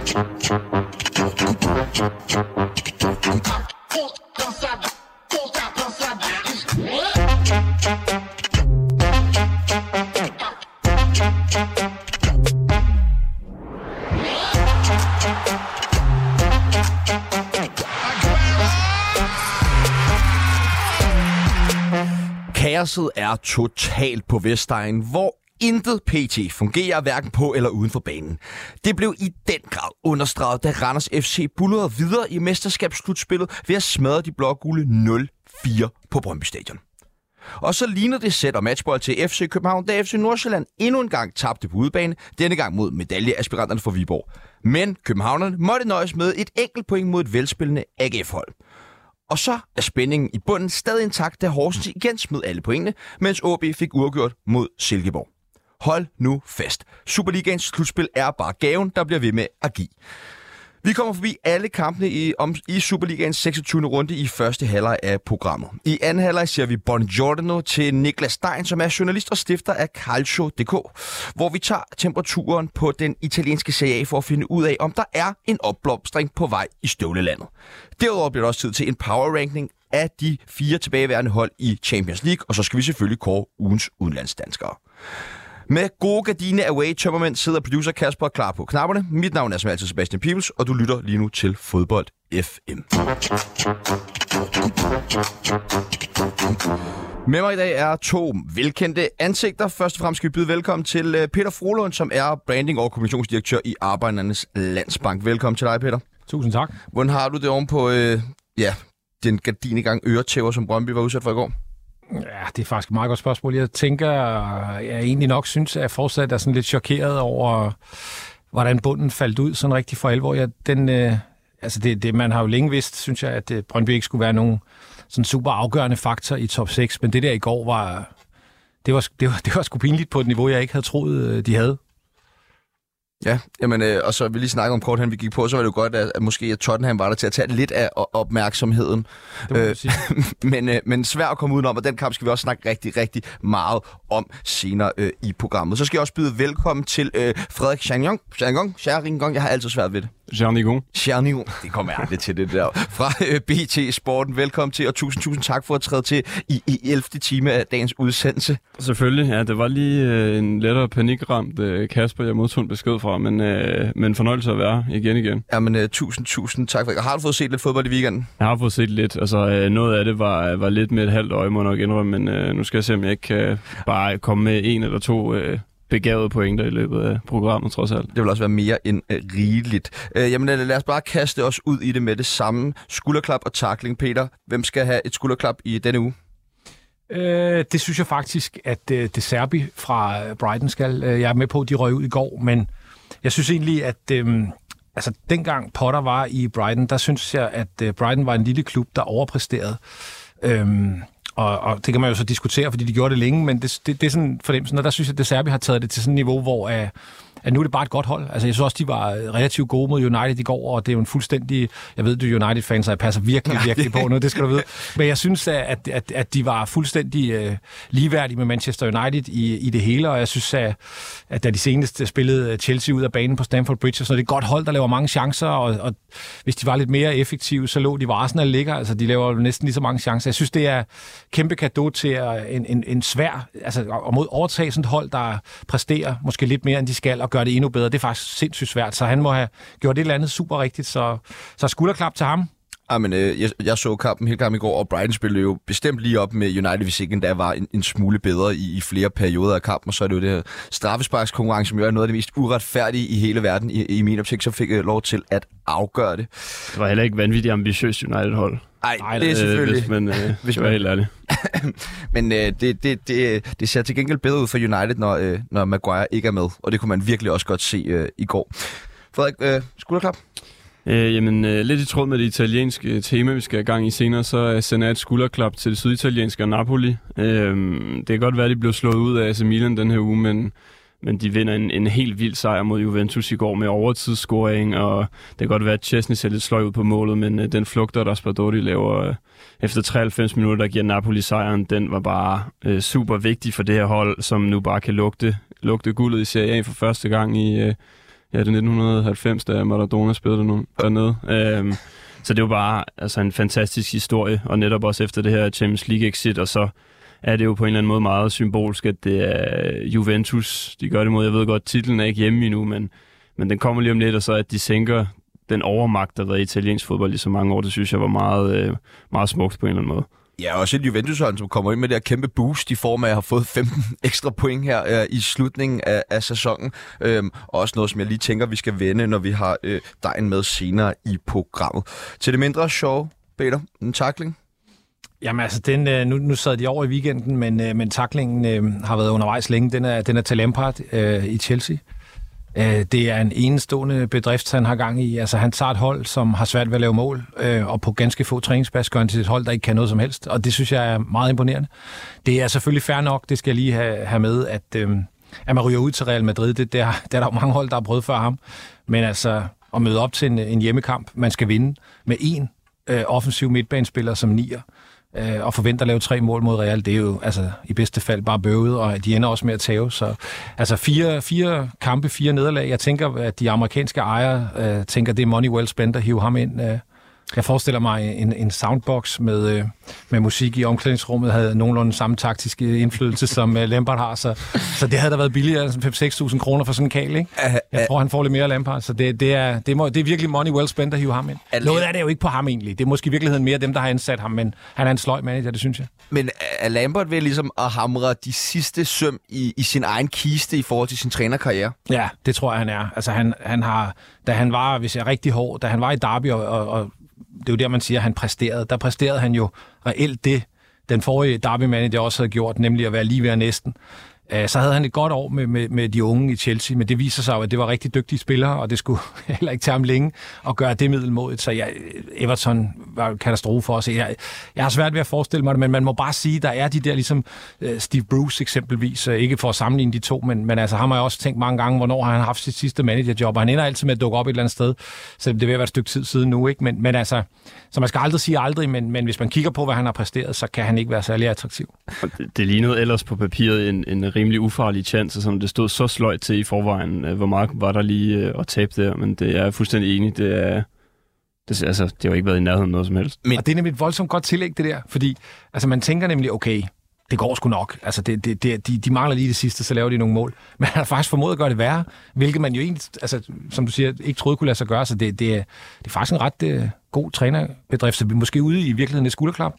Kaoset er totalt på Vestegnen, hvor intet PT fungerer hverken på eller uden for banen. Det blev i den grad understreget, da Randers FC buldrede videre i mesterskabsslutspillet ved at smadre de blågule 0-4 på Brøndby Stadion. Og så ligner det sæt og matchbold til FC København, da FC Nordsjælland endnu en gang tabte på udebane, denne gang mod medaljeaspiranterne for Viborg. Men københavnerne måtte nøjes med et enkelt point mod et velspillende AGF-hold. Og så er spændingen i bunden stadig intakt, da Horsens igen smed alle pointene, mens AB fik uafgjort mod Silkeborg. Hold nu fast. Superligaens slutspil er bare gaven, der bliver ved med at give. Vi kommer forbi alle kampene i Superligaens 26. runde i første halvleg af programmet. I anden halvleg ser vi Buongiorno til Niklas Stein, som er journalist og stifter af Calcio.dk, hvor vi tager temperaturen på den italienske Serie A for at finde ud af, om der er en opblomstring på vej i støvlelandet. Derudover bliver der også tid til en power ranking af de 4 tilbageværende hold i Champions League, og så skal vi selvfølgelig kåre ugens udenlandsdanskere. Med gode gardine away tømmermænd sidder producer Kasper klar på knapperne. Mit navn er som altid Sebastian Pibels, og du lytter lige nu til Fodbold FM. Med mig i dag er 2 velkendte ansigter. Først og fremmest skal vi byde velkommen til Peter Frohlund, som er branding- og kommunikationsdirektør i Arbejdernes Landsbank. Velkommen til dig, Peter. Tusind tak. Hvordan har du det oven på den gardinegang øretæver, som Brøndby var udsat for i går? Ja, det er faktisk et meget godt spørgsmål. Jeg tænker, jeg egentlig nok synes, at jeg fortsat er sådan lidt chokeret over, hvordan bunden faldt ud sådan rigtig for alvor. Man har jo længe vidst, synes jeg, at Brøndby ikke skulle være nogen sådan super afgørende faktor i top 6, men det der i går var sgu pinligt på et niveau, jeg ikke havde troet, de havde. Ja, og så vil lige snakke om kort, vi gik på, så var det jo godt, at måske at Tottenham var der til at tage lidt af opmærksomheden. Men svært at komme udenom, og den kamp skal vi også snakke rigtig, rigtig meget om senere i programmet. Så skal jeg også byde velkommen til Frederik Scherning. Jeg har altid svært ved det. Scherning. Det kommer jeg aldrig til det der. Fra BT Sporten. Velkommen til, og tusind tak for at træde til i 11. time af dagens udsendelse. Selvfølgelig, ja. Det var lige en lettere panikramt Kasper, jeg modtog en besked fra, men fornøjelse at være igen. Jamen, tusind tak for det. Har du fået set lidt fodbold i weekenden? Jeg har fået set lidt. Altså, noget af det var lidt med et halvt øje, må jeg nok indrømme, men nu skal jeg se, om jeg ikke kan bare komme med 1 eller 2 begavede pointer i løbet af programmet, trods alt. Det vil også være mere end rigeligt. Lad os bare kaste os ud i det med det samme. Skulderklap og tackling. Peter, hvem skal have et skulderklap i denne uge? Det synes jeg faktisk, at De Zerbi fra Brighton skal. Jeg er med på, at de røg ud i går, men jeg synes egentlig, at dengang Potter var i Brighton, der synes jeg, at Brighton var en lille klub, der overpræsterede. Og det kan man jo så diskutere, fordi de gjorde det længe, men det er sådan fornemmelsen, og der synes jeg, at De Zerbi har taget det til sådan et niveau, hvor at nu er det bare et godt hold. Altså, jeg synes også, de var relativt gode mod United i går, og det er jo en fuldstændig... Jeg ved, du er United-fan, så jeg passer virkelig på nu, det skal du vide. Men jeg synes, at de var fuldstændig ligeværdige med Manchester United i det hele, og jeg synes, at da de seneste spillede Chelsea ud af banen på Stamford Bridge, så er det et godt hold, der laver mange chancer, og hvis de var lidt mere effektive, så lå de, hvor Arsenal ligger. Altså, de laver næsten lige så mange chancer. Jeg synes, det er kæmpe cadeau til en svær... Altså, at overtage sådan et hold, der præsterer måske lidt mere, end de skal, og gøre det endnu bedre. Det er faktisk sindssygt svært, så han må have gjort et eller andet super rigtigt, så skulderklap til ham. Jeg så hele kampen i går, og Brighton spillede jo bestemt lige op med United, hvis ikke endda var en smule bedre i flere perioder af kampen, og så er det jo det her straffesparkskonkurrence, som jo er noget af det mest uretfærdige i hele verden i min optik, så fik jeg lov til at afgøre det. Det var heller ikke vanvittigt ambitiøst United-hold. Nej, det er selvfølgelig. Hvis man er helt ærlig. Men det ser til gengæld bedre ud for United, når Maguire ikke er med, og det kunne man virkelig også godt se i går. Frederik, skulderklap? Lidt i tråd med det italienske tema, vi skal have gang i senere, så sender jeg et skulderklap til det syditalienske og Napoli. Det kan godt være, at de blev slået ud af AC Milan den her uge, men de vinder en helt vild sejr mod Juventus i går med overtidsscoring, og det kan godt være, at Chesney ser lidt sløj ud på målet, men den flugter, der Spadori laver efter 93 minutter, der giver Napoli sejren, den var bare super vigtig for det her hold, som nu bare kan lugte guldet i Serie A for første gang det 1990, da Maradona spillede dernede. Så det var bare altså en fantastisk historie, og netop også efter det her Champions League-exit, og så er det jo på en eller anden måde meget symbolsk, at det er Juventus, de gør det mod. Jeg ved godt, titlen er ikke hjemme endnu, men den kommer lige om lidt, og så at de sænker den overmagt, der har været i italiensk fodbold i så mange år, det synes jeg var meget, meget smukt på en eller anden måde. Ja, også et Juventus-hold, som kommer ind med det her kæmpe boost i form af at have fået 15 ekstra point her i slutningen af sæsonen. Også noget, som jeg lige tænker, vi skal vende, når vi har dejen med senere i programmet. Til det mindre sjov, Peter, en tackling? Jamen altså, nu sad de over i weekenden, men tacklingen har været undervejs længe. Den er til Lampard i Chelsea. Det er en enestående bedrift, han har gang i. Altså, han tager et hold, som har svært ved at lave mål, og på ganske få træningspas gør han til et hold, der ikke kan noget som helst. Og det synes jeg er meget imponerende. Det er selvfølgelig fair nok, det skal jeg lige have med, at man ryger ud til Real Madrid. Det er der jo mange hold, der har prøvet før ham. Men altså, at møde op til en hjemmekamp, man skal vinde med en offensiv midtbanespiller som nier, og forventer at lave 3 mål mod Real, det er jo altså i bedste fald bare bøvet, og de ender også med at tage. Så altså 4 kampe, 4 nederlag. Jeg tænker, at de amerikanske ejere tænker, det er money well spent at hive ham ind. Jeg forestiller mig en soundbox med musik i omklædningsrummet havde nogenlunde samme taktiske indflydelse, som Lampard har. Så det havde da været billigere, 5-6.000 kroner for sådan en kagel, ikke? Jeg tror, han får lidt mere Lampard, så det er virkelig money well spent at hive ham ind. Noget af det er jo ikke på ham egentlig. Det er måske i virkeligheden mere dem, der har ansat ham, men han er en sløj manager, det synes jeg. Men er Lampard ved ligesom at hamre de sidste søm i sin egen kiste i forhold til sin trænerkarriere? Ja, det tror jeg, han er. Altså han har, da han var, hvis jeg er rigtig hård, da han var i Derby og det er jo der, man siger, at han præsterede. Der præsterede han jo reelt det, den forrige Derby-manager også havde gjort, nemlig at være lige ved næsten. Så havde han et godt år med de unge i Chelsea, men det viser sig jo, at det var rigtig dygtige spillere, og det skulle heller ikke tage ham længe at gøre det middelmådigt. Så Everton var en katastrofe for os. Jeg har svært ved at forestille mig det, men man må bare sige, at der er de der, ligesom Steve Bruce eksempelvis, ikke for at sammenligne de to, men altså ham har jeg også tænkt mange gange, hvornår har han haft sit sidste managerjob, og han ender altid med at dukke op et eller andet sted, så det vil være et stykke tid siden nu, ikke? Men altså, så man skal aldrig sige aldrig, men hvis man kigger på, hvad han har præsteret, så kan han ikke være særlig attraktiv. Det lignede ellers på papiret en rimelig ufarlig chance, som det stod så sløjt til i forvejen. Hvor meget var der lige at tabe der, men det er fuldstændig enig. Det har jo ikke været i nærheden noget som helst. Og det er nemlig et voldsomt godt tillæg, det der, fordi altså, man tænker nemlig, okay, det går sgu nok. Altså, de mangler lige det sidste, så laver de nogle mål. Men han har faktisk formået at gøre det værre, hvilket man jo egentlig, altså, som du siger, ikke troede kunne lade sig gøre. Så det er faktisk en ret god trænerbedrift, så vi måske ude i virkeligheden et skulderklap.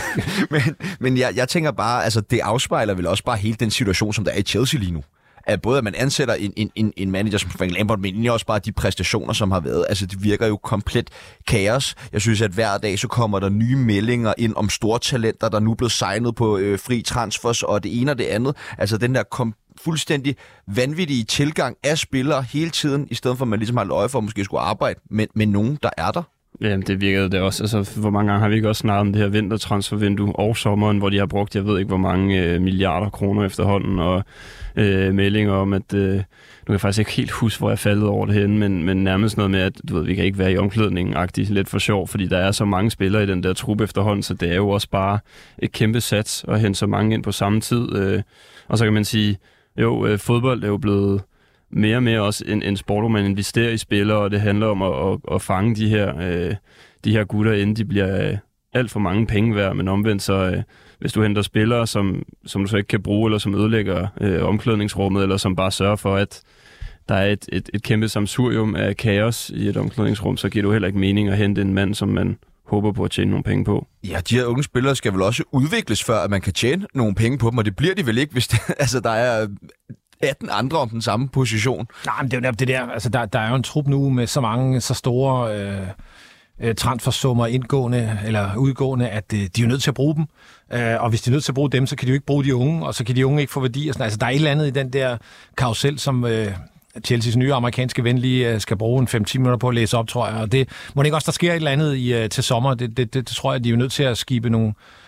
men jeg tænker bare, altså det afspejler vel også bare hele den situation, som der er i Chelsea lige nu. At både at man ansætter en manager som Frank Lampard, men også bare de præstationer, som har været. Altså, det virker jo komplet kaos. Jeg synes, at hver dag så kommer der nye meldinger ind om store talenter, der nu er blevet signet på fri transfers, og det ene og det andet. Altså, den der fuldstændig vanvittige tilgang af spillere hele tiden, i stedet for at man ligesom har et øje for at måske skulle arbejde med nogen, der er der. Jamen, det virkede det også. Altså, hvor mange gange har vi ikke også snakket om det her vintertransfervindue og sommeren, hvor de har brugt, jeg ved ikke, hvor mange milliarder kroner efterhånden, og meldinger om, at nu kan jeg faktisk ikke helt huske, hvor jeg faldet over det henne, men nærmest noget med, at du ved, vi kan ikke være i omklædningen-agtigt lidt for sjov, fordi der er så mange spillere i den der trup efterhånden, så det er jo også bare et kæmpe sats at hente så mange ind på samme tid. Og så kan man sige, jo, fodbold er jo blevet mere og mere også en sport, hvor man investerer i spillere, og det handler om at fange de her gutter, inden de bliver alt for mange penge værd, men omvendt så, hvis du henter spillere, som du så ikke kan bruge, eller som ødelægger omklædningsrummet, eller som bare sørger for, at der er et kæmpe samsurium af kaos i et omklædningsrum, så giver du heller ikke mening at hente en mand, som man håber på at tjene nogle penge på. Ja, de her unge spillere skal vel også udvikles, før at man kan tjene nogle penge på dem, og det bliver de vel ikke, hvis det, altså der er 18 andre om den samme position. Nej, men det er jo netop det der. Altså, der er jo en trup nu med så mange, så store transfersummer indgående eller udgående, at de er jo nødt til at bruge dem. Og hvis de er nødt til at bruge dem, så kan de jo ikke bruge de unge, og så kan de unge ikke få værdi. Og sådan. Altså, der er et eller andet i den der karusel, som Chelseas nye amerikanske ven lige skal bruge en 5-10 minutter på at læse op, tror jeg. Og det må ikke også, der sker et eller andet til sommer. Det tror jeg, de er jo nødt til at skibe nogle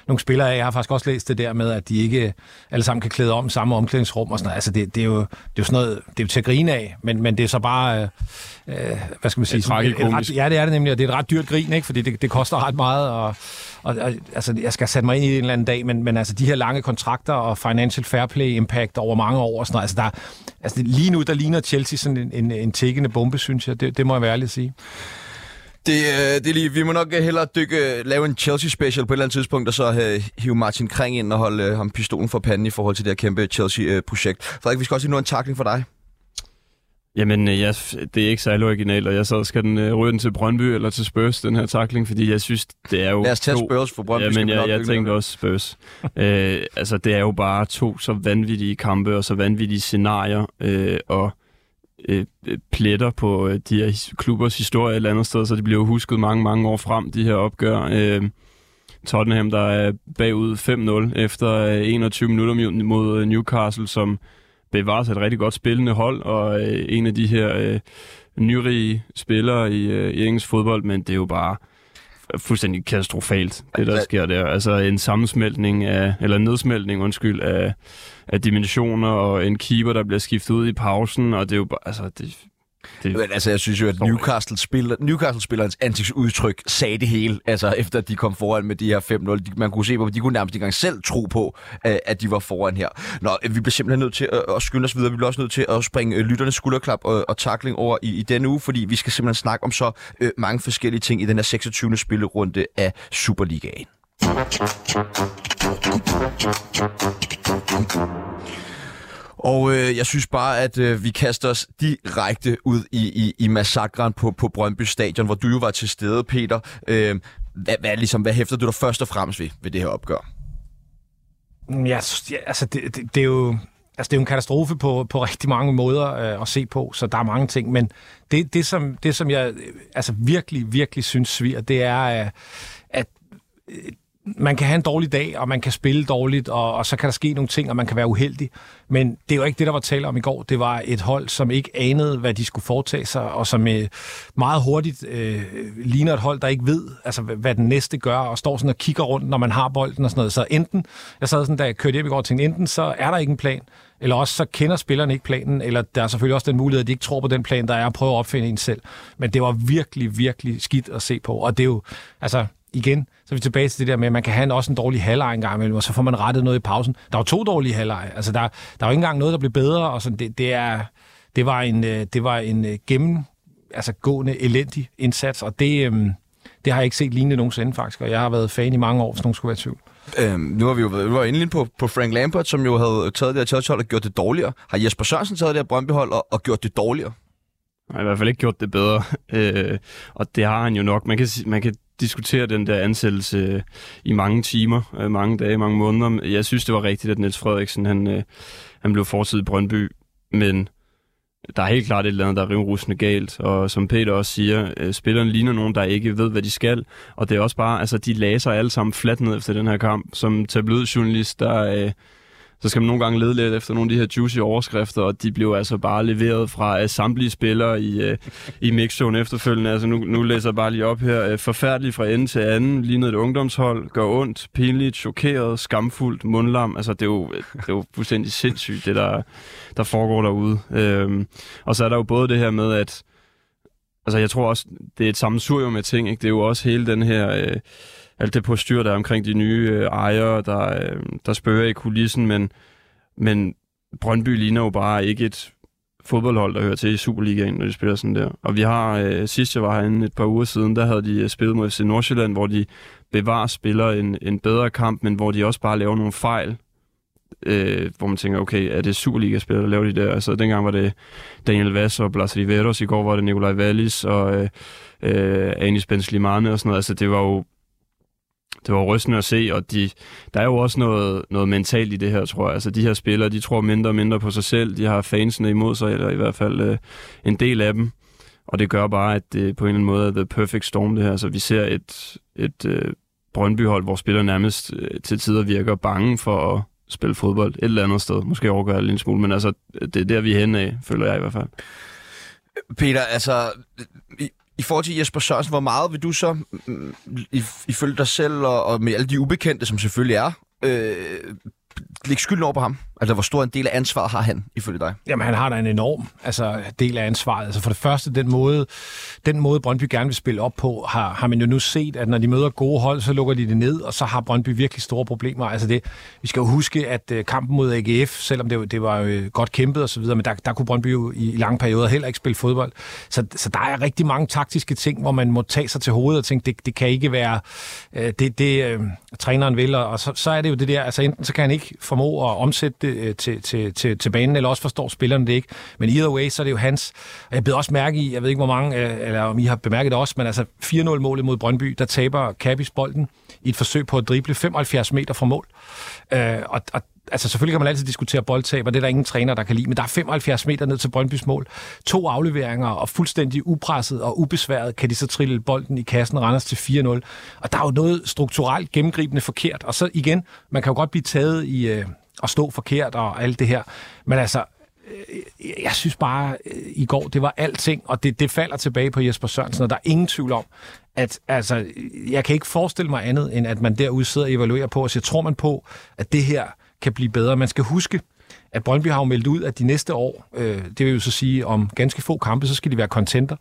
nogle spillere af. Jeg har faktisk også læst det der med, at de ikke alle sammen kan klæde om samme omklædningsrum og sådan noget. Altså det er jo sådan noget, det er jo til at grine af, men det er så bare, hvad skal man sige? Ja, det er det nemlig, og det er et ret dyrt grin, ikke? Fordi det koster ret meget, og altså, jeg skal sætte mig ind i en eller anden dag, men altså de her lange kontrakter og financial fair play impact over mange år og sådan noget, altså lige nu, der ligner Chelsea sådan en tikkende bombe, synes jeg. Det må jeg være ærlig at sige. Det er lige, vi må nok hellere lave en Chelsea-special på et eller andet tidspunkt, og så hive Martin Kring ind og holde ham pistolen for panden i forhold til det her kæmpe Chelsea-projekt. Frederik, vi skal også lige nå en tackling for dig. Jamen, det er ikke særlig originalt, og jeg så skal ryge den til Brøndby eller til Spurs, den her tackling, fordi jeg synes, det er jo... Lad os tage Spurs for Brøndby. Ja, men jeg tænkte også Spurs. Altså, det er jo bare to så vanvittige kampe og så vanvittige scenarier, og pletter på de her klubbers historie et eller andet sted, så de bliver jo husket mange, mange år frem, de her opgør. Tottenham, der er bagud 5-0 efter 21 minutter mod Newcastle, som bevarer sig et rigtig godt spillende hold, og en af de her nyrige spillere i engelsk fodbold, men det er jo bare fuldstændig katastrofalt, det der sker der. Altså en sammensmeltning nedsmeltning af dimensioner, og en keeper, der bliver skiftet ud i pausen, og det er jo bare, altså Men altså, jeg synes jo, at Newcastle-spillerens ansigtsudtryk sagde det hele, altså efter at de kom foran med de her 5-0. Man kunne se på, de kunne nærmest ikke engang selv tro på, at de var foran her. Nå, vi bliver simpelthen nødt til at skynde os videre. Vi bliver også nødt til at springe lytternes skulderklap og tackling over i denne uge, fordi vi skal simpelthen snakke om så mange forskellige ting i den her 26. spillerunde af Superligaen. Og jeg synes bare, at vi kaster os direkte ud i massakren på Brøndby Stadion, hvor du jo var til stede, Peter. Hvad hæfter du dig først og fremmest ved det her opgør? Ja, altså det er jo... Altså, det er jo en katastrofe på rigtig mange måder at se på, så der er mange ting. Men det som jeg altså virkelig, virkelig synes sviger, det er, at man kan have en dårlig dag, og man kan spille dårligt, og så kan der ske nogle ting, og man kan være uheldig. Men det er jo ikke det, der var tale om i går. Det var et hold, som ikke anede, hvad de skulle foretage sig, og som meget hurtigt ligner et hold, der ikke ved, altså, hvad den næste gør, og står sådan og kigger rundt, når man har bolden og sådan noget. Så enten, jeg sad sådan, da jeg kørte hjem i går og tænkte, enten så er der ikke en plan, eller også så kender spillerne ikke planen, eller der er selvfølgelig også den mulighed, at de ikke tror på den plan, der er, at prøve at opfinde en selv. Men det var virkelig, virkelig skidt at se på, og det er jo, altså igen, så er vi tilbage til det der med, at man kan have også en dårlig halvleg en gang imellem, og så får man rettet noget i pausen. Der var 2 dårlige halvleg. Altså, der er jo ikke engang noget, der blev bedre, og sådan, det var en gennemgående elendig indsats, og det har jeg ikke set lignende nogensinde faktisk, og jeg har været fan i mange år, hvis nogen skulle være i tvivl. Nu har vi jo endelig på Frank Lampard, som jo havde taget det her Chelsea-hold og gjort det dårligere. Har Jesper Sørensen taget det her Brøndby-hold og gjort det dårligere? Nej, i hvert fald ikke gjort det bedre, og det har han jo nok. Man kan diskutere den der ansættelse i mange timer, mange dage, mange måneder. Jeg synes, det var rigtigt, at Niels Frederiksen han blev fortsat i Brøndby, men der er helt klart et eller andet, der er rivrussende galt, og som Peter også siger, spillerne ligner nogen, der ikke ved, hvad de skal, og det er også bare, altså de læser alle sammen fladt ned efter den her kamp. Som tabloidjournalist, så skal man nogle gange lede lidt efter nogle af de her juicy overskrifter, og de blev altså bare leveret fra samtlige spillere i mixzone efterfølgende. Altså nu læser jeg bare lige op her. Forfærdeligt fra ende til anden, lignede et ungdomshold, gør ondt, pinligt, chokeret, skamfuldt, mundlam. Altså det er jo fuldstændig sindssygt, det der foregår derude. Og så er der jo både det her med, at altså jeg tror også, det er et sammensurium af ting, ikke? Det er jo også hele den her... alt det postyr, der er omkring de nye ejere, der spørger i kulissen, men Brøndby ligner jo bare ikke et fodboldhold, der hører til i Superligaen, når de spiller sådan der. Og vi har, sidst jeg var herinde et par uger siden, der havde de spillet mod FC Nordsjælland, hvor de bevarer spiller en bedre kamp, men hvor de også bare laver nogle fejl, hvor man tænker, okay, er det Superliga-spillere, der laver de der? Altså dengang var det Daniel Vass og Blas Riveros, i går var det Nikolaj Wallis og Anis Ben Slimane og sådan noget. Altså det var rystende at se, og der er jo også noget mentalt i det her, tror jeg. Altså de her spillere, de tror mindre og mindre på sig selv. De har fansene imod sig, eller i hvert fald en del af dem. Og det gør bare, at det på en eller anden måde er the perfect storm, det her. Altså vi ser et Brøndby-hold, hvor spillere nærmest til tider virker bange for at spille fodbold et eller andet sted. Måske overgør det en smule, men altså det er der, vi er henne af, føler jeg i hvert fald. Peter, altså... I forhold til Jesper Sørensen, hvor meget vil du så, ifølge dig selv og med alle de ubekendte, som selvfølgelig er, lægge skylden over på ham? Altså, hvor stor en del af ansvaret har han, ifølge dig? Jamen, han har da en enorm del af ansvaret. Altså, for det første, den måde Brøndby gerne vil spille op på, har man jo nu set, at når de møder gode hold, så lukker de det ned, og så har Brøndby virkelig store problemer. Altså, vi skal jo huske, at kampen mod AGF, selvom det var jo godt kæmpet og så videre, men der kunne Brøndby jo i lange perioder heller ikke spille fodbold. Så der er rigtig mange taktiske ting, hvor man må tage sig til hovedet og tænke, det kan ikke være det træneren vil, og så er det jo det der, altså enten så kan han ikke formå at omsætte det til banen, eller også forstår spillerne det ikke. Men either way, så er det jo hans. Jeg bed også mærke i, jeg ved ikke hvor mange, eller om I har bemærket det også, men altså 4-0-målet mod Brøndby, der taber Kabis bolden i et forsøg på at drible 75 meter fra mål. Og altså selvfølgelig kan man altid diskutere boldtab, og det er der ingen træner, der kan lide, men der er 75 meter ned til Brøndbys mål. 2 afleveringer, og fuldstændig upresset og ubesværet kan de så trille bolden i kassen, Randers til 4-0. Og der er jo noget strukturelt gennemgribende forkert. Og så igen, man kan jo godt blive taget i at stå forkert og alt det her. Men altså, jeg synes bare, i går, det var alting, og det falder tilbage på Jesper Sørensen, og der er ingen tvivl om, at altså, jeg kan ikke forestille mig andet, end at man derude sidder og evaluerer på, og så tror man på, at det her kan blive bedre. Man skal huske, at Brøndby har jo meldt ud, at de næste år, det vil jo så sige, om ganske få kampe, så skal de være contenter.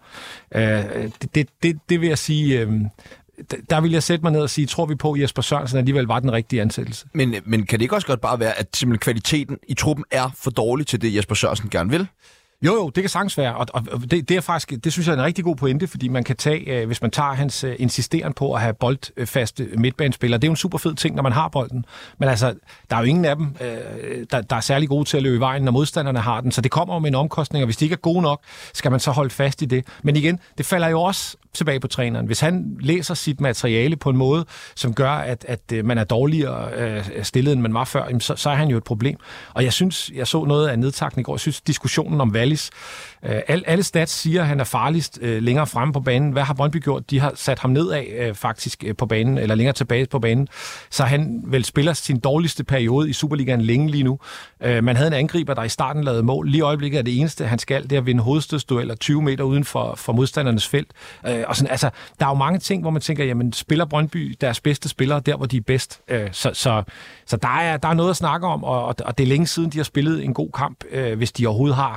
Det vil jeg sige, der vil jeg sætte mig ned og sige, tror vi på, at Jesper Sørensen alligevel var den rigtige ansættelse. Men kan det ikke også godt bare være, at simpelthen kvaliteten i truppen er for dårlig til det, Jesper Sørensen gerne vil? Jo, det kan sagtens være, og det er faktisk, det synes jeg er en rigtig god pointe, fordi man kan tage, hvis man tager hans insisteren på at have boldfaste midtbanespillere, det er jo en super fed ting, når man har bolden, men altså, der er jo ingen af dem, der er særlig gode til at løbe i vejen, når modstanderne har den, så det kommer jo med en omkostning, og hvis de ikke er gode nok, skal man så holde fast i det. Men igen, det falder jo også tilbage på træneren. Hvis han læser sit materiale på en måde, som gør, at man er dårligere stillet, end man var før, så er han jo et problem. Og jeg synes, jeg så noget af nedtakten i går. Jeg synes, diskussionen om Wallis, alle stats siger, at han er farligst længere fremme på banen. Hvad har Brøndby gjort? De har sat ham nedad faktisk på banen, eller længere tilbage på banen. Så han vel spiller sin dårligste periode i Superligaen længe lige nu. Man havde en angriber, der i starten lavede mål. Lige i øjeblikket er det eneste, han skal, det er at vinde hovedstødsdueller 20 meter uden for modstandernes felt. Og sådan, altså, der er jo mange ting, hvor man tænker, jamen, spiller Brøndby deres bedste spillere der, hvor de er bedst? Så der er noget at snakke om, og det er længe siden, de har spillet en god kamp, hvis de overhovedet har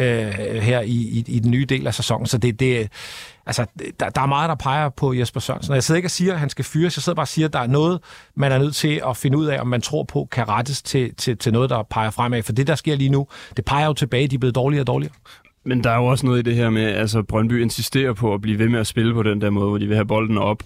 her i den nye del af sæsonen. Så altså, der er meget, der peger på Jesper Sørensen. Og jeg sidder ikke og siger, at han skal fyres. Jeg sidder bare og siger, at der er noget, man er nødt til at finde ud af, om man tror på, kan rettes til noget, der peger fremad. For det, der sker lige nu, det peger jo tilbage, de er blevet dårligere og dårligere. Men der er jo også noget i det her med, altså Brøndby insisterer på at blive ved med at spille på den der måde, hvor de vil have bolden op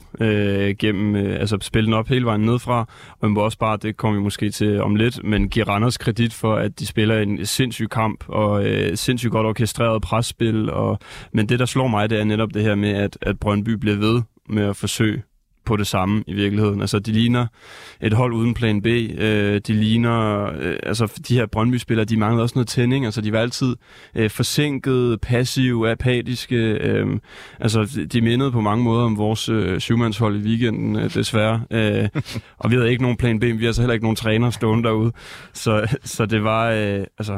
altså spille den op hele vejen nedfra, og man må også bare, det kommer vi måske til om lidt, men give Randers kredit for, at de spiller en sindssyg kamp, og sindssygt godt orkestreret presspil, men det, der slår mig, det er netop det her med, at Brøndby bliver ved med at forsøge på det samme i virkeligheden. Altså, de ligner et hold uden plan B. De ligner... altså, de her Brøndby-spillere, de manglede også noget tænding. Altså, de var altid forsinket, passive, apatiske. Altså, de mindede på mange måder om vores syvmandshold i weekenden, desværre. Og vi havde ikke nogen plan B, men vi havde så heller ikke nogen træner stående derude. Så det var... altså...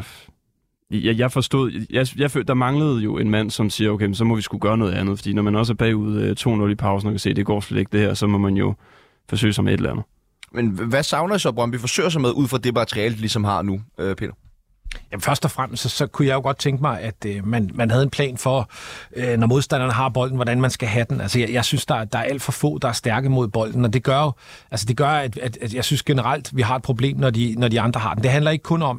Jeg forstod, der manglede jo en mand, som siger, okay, så må vi skulle gøre noget andet, fordi når man også er bagud 2-0 i pausen og kan se, at det går slet ikke det her, så må man jo forsøge sig med et eller andet. Men hvad savner så Brøndby forsøger sig med ud fra det materiale, de ligesom har nu, Peter? Jamen, først og fremmest, så kunne jeg jo godt tænke mig, at man havde en plan for, når modstanderne har bolden, hvordan man skal have den. Altså, jeg synes, der er alt for få, der er stærke mod bolden, og det gør jo, altså, at jeg synes generelt, vi har et problem, når de andre har den. Det handler ikke kun om,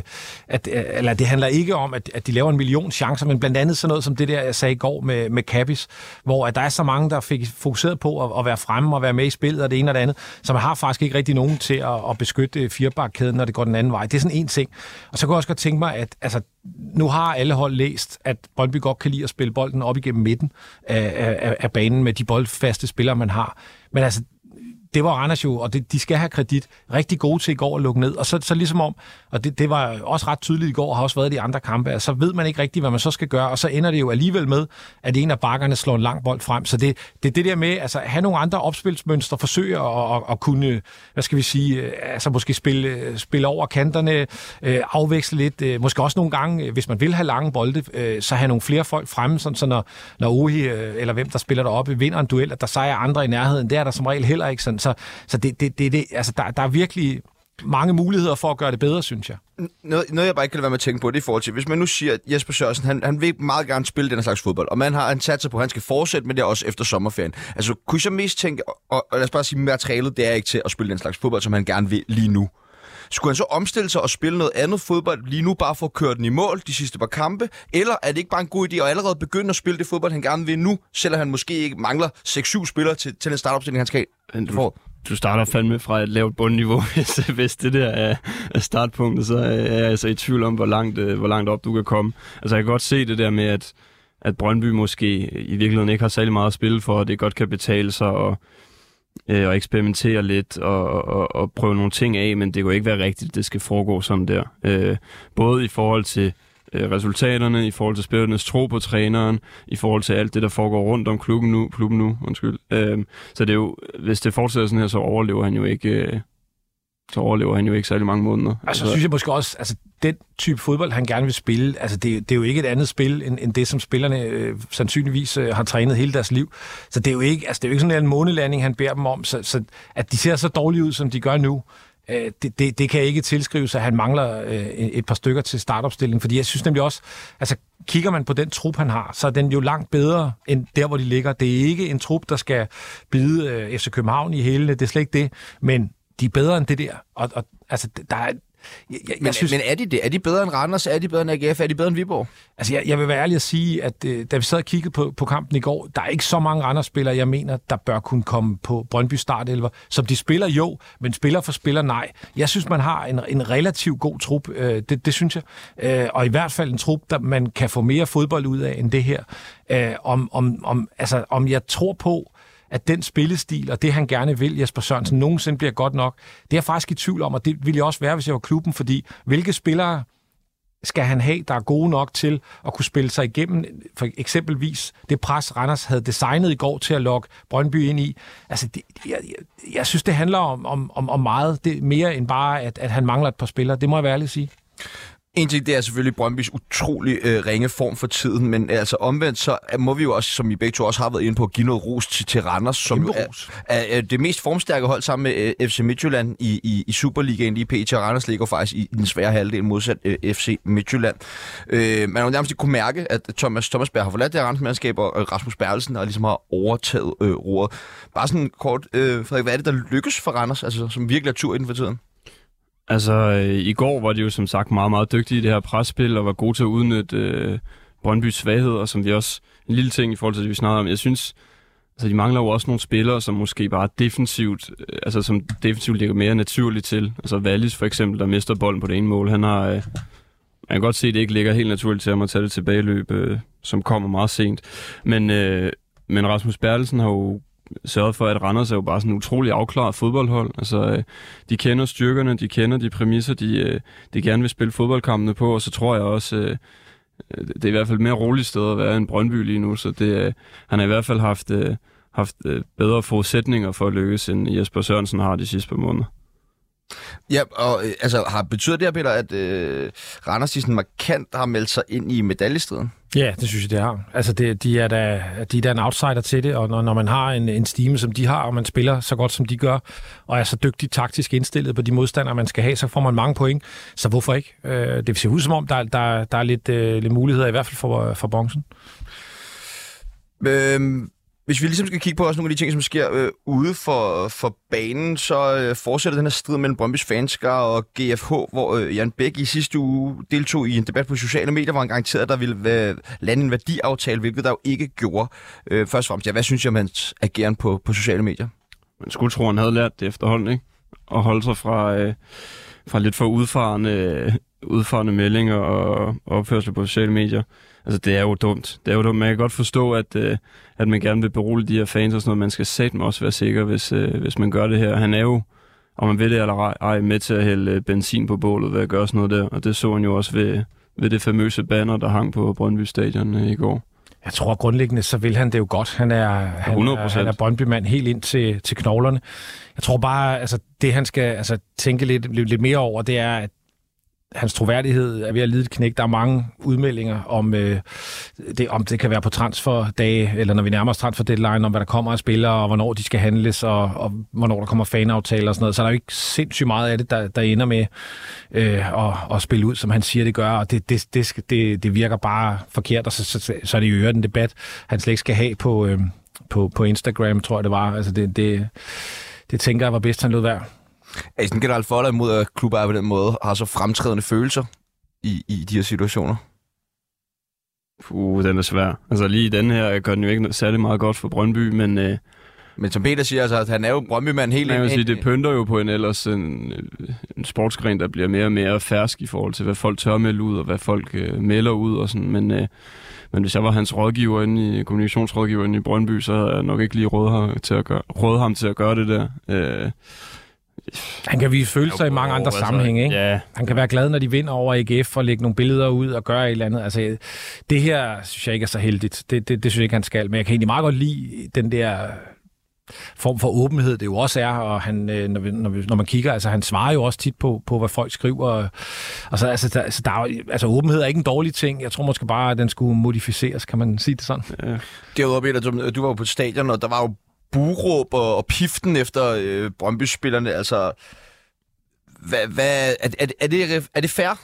eller det handler ikke om, at de laver 1 million chancer, men blandt andet sådan noget som det der, jeg sagde i går med Kabis, hvor at der er så mange, der fik fokuseret på at være fremme og være med i spillet og det ene og det andet, så man har faktisk ikke rigtig nogen til at beskytte firebakkæden, når det går den anden vej. Det er sådan en ting. Og så kunne jeg også godt tænke mig, at altså, nu har alle hold læst, at Brøndby godt kan lide at spille bolden op igennem midten af banen med de boldfaste spillere, man har. Men altså, det var Randers jo, og de skal have kredit, rigtig gode til i går at lukke ned. Og så ligesom om, og det var også ret tydeligt i går, har også været i de andre kampe, altså, så ved man ikke rigtigt, hvad man så skal gøre, og så ender det jo alligevel med, at en af bakkerne slår en lang bold frem. Så det er det der med, altså have nogle andre opspilsmønstre, forsøge at kunne, hvad skal vi sige, altså måske spille over kanterne, afveksle lidt, måske også nogle gange, hvis man vil have lange bolde, så have nogle flere folk fremme, sådan så når Ohi, eller hvem der spiller deroppe, vinder en duel, at der sejrer andre i nærheden, det er der som regel heller ikke sådan. Så det altså der er virkelig mange muligheder for at gøre det bedre, synes jeg. Noget jeg bare ikke kan lade være med at tænke på, det er i forhold til, hvis man nu siger, at Jesper Sørensen, han vil meget gerne spille den slags fodbold, og man har en satser på, at han skal fortsætte med det også efter sommerferien. Altså, kunne I så mest tænke, og lad os bare sige, materialet, det er ikke til at spille den slags fodbold, som han gerne vil lige nu. Skulle han så omstille sig og spille noget andet fodbold lige nu, bare for at køre den i mål de sidste par kampe? Eller er det ikke bare en god idé at allerede begynde at spille det fodbold, han gerne vil nu, selvom han måske ikke mangler 6-7 spillere til den startopstilling, han skal Du starter fandme fra et lavt bundniveau, hvis det der er startpunktet, så er jeg altså i tvivl om, hvor langt op du kan komme. Altså jeg kan godt se det der med, at Brøndby måske i virkeligheden ikke har særlig meget at spille for, og det godt kan betale sig og eksperimentere lidt og prøve nogle ting af, men det kan jo ikke være rigtigt, det skal foregå sådan der. Både i forhold til resultaterne, i forhold til spillernes tro på træneren, i forhold til alt det, der foregår rundt om klubben nu. Så det er jo, hvis det fortsætter sådan her, så overlever han jo ikke særlig mange måneder. Altså synes jeg måske også, altså den type fodbold, han gerne vil spille, altså det er jo ikke et andet spil, end det, som spillerne sandsynligvis har trænet hele deres liv. Så det er jo ikke, sådan en månelanding, han beder dem om, så at de ser så dårligt ud, som de gør nu, det kan ikke tilskrives, at han mangler et par stykker til startopstillingen, fordi jeg synes nemlig også, altså kigger man på den trup, han har, så er den jo langt bedre end der, hvor de ligger. Det er ikke en trup, der skal bide FC København i hælene, det er slet ikke det, men de er bedre end det der, og altså der er Jeg synes, men er de det? Er de bedre end Randers? Er de bedre end AGF? Er de bedre end Viborg? Altså, jeg vil være ærlig at sige, at da vi sad og kiggede på kampen i går, der er ikke så mange Randers-spillere, jeg mener, der bør kunne komme på Brøndby startelver. Som de spiller jo, men spiller for spiller nej. Jeg synes, man har en relativt god trup. Det synes jeg. Og i hvert fald en trup, der man kan få mere fodbold ud af end det her. Om jeg tror på, at den spillestil og det, han gerne vil, Jesper Sørensen, nogensinde bliver godt nok, det er jeg faktisk i tvivl om, og det ville jeg også være, hvis jeg var klubben, fordi hvilke spillere skal han have, der er gode nok til at kunne spille sig igennem, for eksempelvis det pres, Randers havde designet i går til at lokke Brøndby ind i. Altså, jeg synes, det handler om meget det, mere end bare, at han mangler et par spillere. Det må jeg være ærlig at sige. En ting, det er selvfølgelig Brøndbys utrolig ringe form for tiden, men altså omvendt, så må vi jo også, som I begge to også har været inde på, at give noget ros til Randers, som jo er det mest formstærke hold sammen med FC Midtjylland i Superligaen lige pt. Og Randers ligger faktisk i den svære halvdel modsat FC Midtjylland. Man har jo nærmest ikke kunne mærke, at Thomas Berg har forladt det her Randers-mandskab, og Rasmus Bertelsen har ligesom har overtaget roret. Bare sådan kort, Frederik, hvad er det, der lykkes for Randers, altså, som virkelig er tur inden for tiden? Altså, i går var de jo som sagt meget, meget dygtige i det her presspil, og var gode til at udnytte Brøndbys svagheder, som vi også, en lille ting i forhold til det, vi snakkede om. Jeg synes, altså, de mangler jo også nogle spillere, som måske bare defensivt, altså som defensivt ligger mere naturligt til. Altså Wallis for eksempel, der mister bolden på det ene mål. Han har, man kan godt se, at det ikke ligger helt naturligt til ham at tage det tilbageløb, som kommer meget sent. Men Rasmus Bertelsen har jo sørget for, at Randers er jo bare sådan en utrolig afklaret fodboldhold. Altså, de kender styrkerne, de kender de præmisser, de gerne vil spille fodboldkampene på, og så tror jeg også, det er i hvert fald et mere roligt sted at være end Brøndby lige nu, så han har i hvert fald haft bedre forudsætninger for at lykkes, end Jesper Sørensen har de sidste par måneder. Ja, og altså, betyder det her, Peter, at Randers sådan markant har meldt sig ind i medaljestriden? Ja, det synes jeg, det har. Altså, de er da en outsider til det, og når man har en stime, som de har, og man spiller så godt, som de gør, og er så dygtigt taktisk indstillet på de modstandere, man skal have, så får man mange point. Så hvorfor ikke? Det ser ud som om, der er lidt muligheder, i hvert fald for bronzen. Hvis vi ligesom skal kigge på også nogle af de ting, som sker ude for banen, så fortsætter den her strid mellem Brøndbys fanskare og GFH, hvor Jan Bæk i sidste uge deltog i en debat på sociale medier, hvor han garanterede, at der ville lande en værdiaftale, hvilket der jo ikke gjorde. Først og fremmest, hvad synes jeg om hans ageren på sociale medier? Man skulle tro, han havde lært det efterhånden, ikke? At holde sig fra fra lidt for udfarende meldinger og opførsel på sociale medier. Altså, det er jo dumt. Man kan godt forstå, at man gerne vil berolige de her fans og sådan noget. Man skal satme også være sikker, hvis man gør det her. Han er jo, om man ved det eller ej, med til at hælde benzin på bålet ved at gøre sådan noget der. Og det så han jo også ved det famøse banner, der hang på Brøndby Stadion i går. Jeg tror grundlæggende, så vil han det jo godt. Han er Brøndby-mand helt ind til knoglerne. Jeg tror bare, altså det han skal tænke lidt mere over, det er, at hans troværdighed er ved at lide et knæk. Der er mange udmeldinger om det kan være på transferdage, eller når vi nærmer os transfer-deadline, om hvad der kommer af spillere, og hvornår de skal handles, og hvornår der kommer fanaftaler og sådan noget. Så er der jo ikke sindssygt meget af det, der ender med at spille ud, som han siger, det gør, og det virker bare forkert, og så er det i øvrigt en debat, han slet ikke skal have på Instagram, tror jeg det var. Altså det tænker jeg var bedst, han lød værd. Er I sådan generelt for dig imod, at klubber på den måde har så fremtrædende følelser i de her situationer? Den er svær. Altså lige den her gør den jo ikke særlig meget godt for Brøndby, men som Peter siger, altså, at han er jo Brøndby-mand helt ind. Det pynter jo på en sportsgren, der bliver mere og mere fersk i forhold til, hvad folk tør melde ud, og hvad folk melder ud og sådan. Men hvis jeg var hans kommunikationsrådgiver inde i Brøndby, så havde jeg nok ikke lige rådet ham til at gøre det der. Han kan vise følelser i mange andre sammenhænge, ikke? Ja. Han kan være glad, når de vinder over AGF og lægge nogle billeder ud og gøre et eller andet. Altså, det her synes jeg ikke er så heldigt. Det synes jeg ikke, han skal. Men jeg kan egentlig meget godt lide den der form for åbenhed, det jo også er. Og han, når man kigger, altså han svarer jo også tit på hvad folk skriver. Og så åbenhed er ikke en dårlig ting. Jeg tror måske bare, at den skulle modificeres, kan man sige det sådan. Ja. Derudover, Peter, du var jo på stadion, og der var jo buråb og piften efter Brøndby-spillerne, altså er det fair?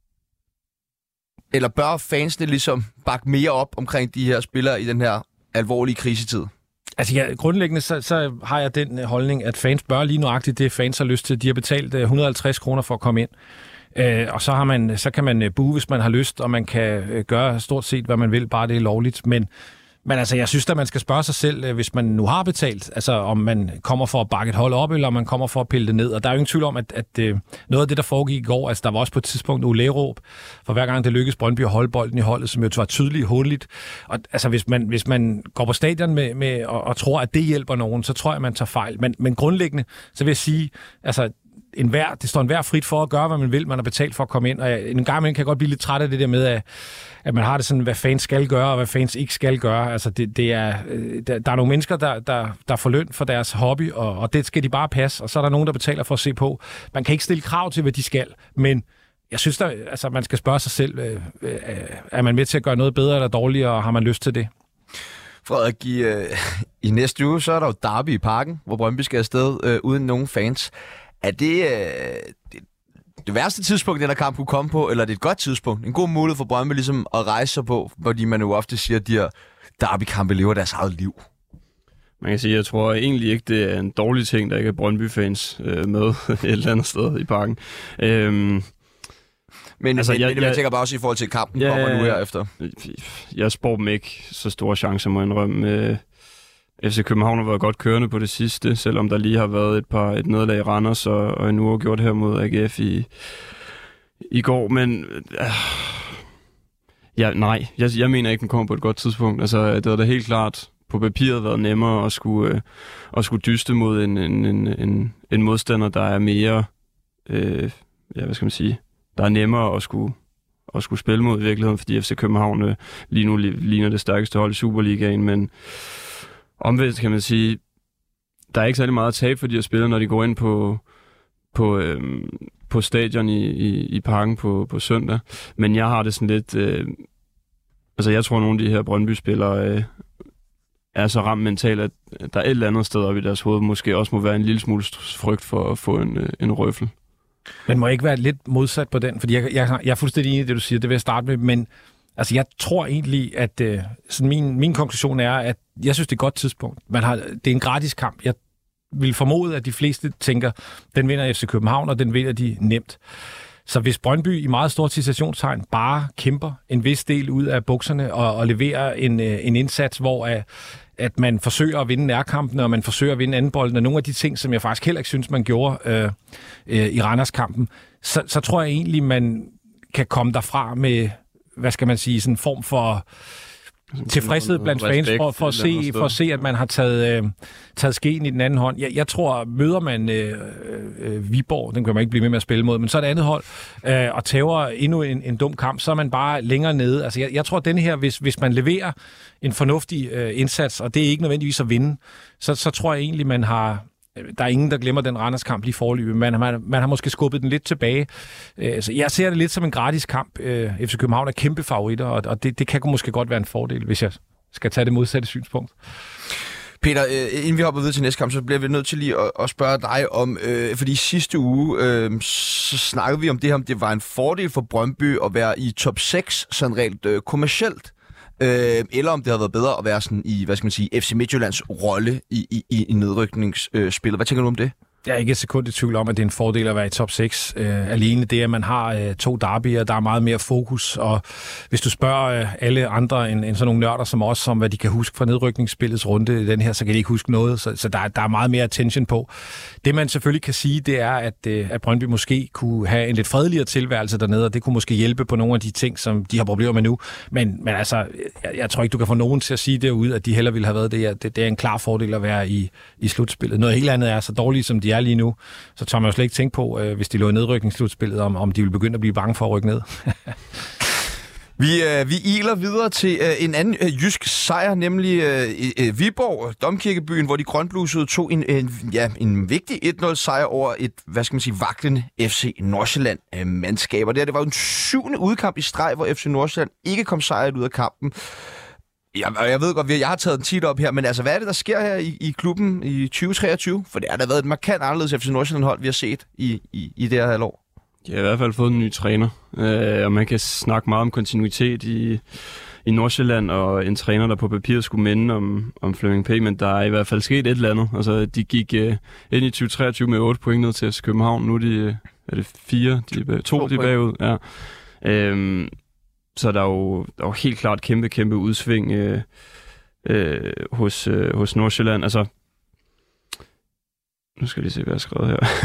Eller bør fansene ligesom bakke mere op omkring de her spillere i den her alvorlige krisetid? Altså grundlæggende så har jeg den holdning, at fans bør lige nøjagtigt det, fans har lyst til. De har betalt 150 kroner for at komme ind. Og så kan man bue, hvis man har lyst, og man kan gøre stort set, hvad man vil, bare det er lovligt. Men altså, jeg synes, at man skal spørge sig selv, hvis man nu har betalt, altså om man kommer for at bakke et hold op, eller om man kommer for at pille det ned. Og der er jo ingen tvivl om, at noget af det, der foregik i går, altså der var også på et tidspunkt ulæråb, for hver gang det lykkedes Brøndby at holde bolden i holdet, som jo var tydeligt håndligt. Og altså, hvis man går på stadion med og tror, at det hjælper nogen, så tror jeg, man tager fejl. Men grundlæggende, så vil jeg sige, altså, det står enhver frit for at gøre, hvad man vil. Man har betalt for at komme ind, og en gang imellem kan jeg godt blive lidt træt af det der med, at man har det sådan, hvad fans skal gøre, og hvad fans ikke skal gøre. Altså, der er nogle mennesker, der får løn for deres hobby, og det skal de bare passe, og så er der nogen, der betaler for at se på. Man kan ikke stille krav til, hvad de skal, men jeg synes, man skal spørge sig selv, er man med til at gøre noget bedre eller dårligere, og har man lyst til det? Frederik, i næste uge, så er der jo derby i Parken, hvor Brøndby skal afsted uden nogen fans. Er det værste tidspunkt, den her kamp kunne komme på, eller er det et godt tidspunkt? En god mulighed for Brøndby ligesom at rejse sig på, fordi man jo ofte siger, at de her derbykampe lever deres eget liv. Man kan sige, jeg tror egentlig ikke, det er en dårlig ting, der ikke er Brøndby-fans med et eller andet sted i Parken. Men jeg tænker bare også i forhold til kampen, kommer nu herefter. Jeg spår dem ikke så store chancer, må jeg indrømme. FC København har været godt kørende på det sidste, selvom der lige har været et nederlag i Randers og en uafgjort her mod AGF i går. Men jeg mener ikke, den kommer på et godt tidspunkt. Altså, det har da helt klart på papiret været nemmere at skulle dyste mod en modstander, der er mere, hvad skal man sige, der er nemmere at skulle spille mod i virkeligheden, fordi FC København lige nu ligner det stærkeste hold i Superligaen, men omvendt kan man sige, der er ikke særlig meget at tabe for de her spillere, når de går ind på stadion i Parken på søndag. Men jeg har det sådan lidt... jeg tror, at nogle af de her Brøndby-spillere er så ramt mentalt, at der er et eller andet sted oppe i deres hoved måske også må være en lille smule frygt for at få en røffel. Men må ikke være lidt modsat på den? Fordi jeg er fuldstændig enig i det, du siger. Det vil jeg starte med, men altså, jeg tror egentlig, at sådan min konklusion er, at jeg synes, det er et godt tidspunkt. Det er en gratis kamp. Jeg vil formode, at de fleste tænker, den vinder FC København, og den vinder de nemt. Så hvis Brøndby i meget stort citationstegn bare kæmper en vis del ud af bukserne og leverer en indsats, hvor at man forsøger at vinde nærkampene, og man forsøger at vinde andenbolden, og nogle af de ting, som jeg faktisk heller ikke synes, man gjorde i Randers-kampen, så tror jeg egentlig, man kan komme derfra med, hvad skal man sige, sådan en form for tilfredshed blandt fans for at se, at man har taget skeen i den anden hånd. Jeg tror, møder man Viborg, den kan man ikke blive med at spille mod, men så er det andet hold, og tager endnu en dum kamp, så er man bare længere nede. Altså, jeg tror, at denne her, hvis man leverer en fornuftig indsats, og det er ikke nødvendigvis at vinde, så tror jeg egentlig, man har... Der er ingen, der glemmer den Randers-kamp lige forløbet. Man har måske skubbet den lidt tilbage. Så jeg ser det lidt som en gratis kamp. FC København er kæmpe favoritter, og det kan måske godt være en fordel, hvis jeg skal tage det modsatte synspunkt. Peter, inden vi hopper videre til næste kamp, så bliver vi nødt til lige at spørge dig om, fordi sidste uge, så snakkede vi om det her, om det var en fordel for Brøndby at være i top 6, sådan rent kommercielt. Eller om det havde været bedre at være sådan i, hvad skal man sige, FC Midtjyllands rolle i nedrykningsspillet. Hvad tænker du om det? Jeg er ikke et sekund i tvivl om, at det er en fordel at være i top 6. Alene det, at man har 2 derbyer, der er meget mere fokus, og hvis du spørger alle andre end sådan nogle nørder som os, om hvad de kan huske fra nedrykningsspillets runde i den her, så kan de ikke huske noget, så der er meget mere attention på. Det man selvfølgelig kan sige, det er, at Brøndby måske kunne have en lidt fredeligere tilværelse dernede, og det kunne måske hjælpe på nogle af de ting, som de har problemer med nu. Men altså, jeg tror ikke, du kan få nogen til at sige derude, at de heller ville have været det. Det er en klar fordel at være i slutspillet. Noget helt andet er så dårligt, som de er lige nu, så tør man jo slet ikke tænke på, hvis de lå i nedrykningsslutspillet, om de ville begynde at blive bange for at rykke ned. Vi iler videre til en anden jysk sejr, nemlig Viborg, Domkirkebyen, hvor de grønblusede tog en vigtig 1-0 sejr over et, hvad skal man sige, vaklende FC Nordsjælland-mandskab. Og det var jo en 7. udkamp i streg, hvor FC Nordsjælland ikke kom sejret ud af kampen. Jeg ved godt, jeg har taget den tit op her, men altså, hvad er det, der sker her i klubben i 2023? For det har da været et markant anderledes FC Nordsjælland-hold, vi har set i det her halvår. De har i hvert fald fået en ny træner, og man kan snakke meget om kontinuitet i Nordsjælland, og en træner, der på papir skulle minde om Flemming P., men der er i hvert fald sket et eller andet. Altså, de gik ind i 2023 med 8 point ned til FC København. Nu er det 4, de er bagud. Ja. Så der er jo helt klart kæmpe udsving hos Nordsjælland. Altså, nu skal jeg lige se, hvad jeg har skrevet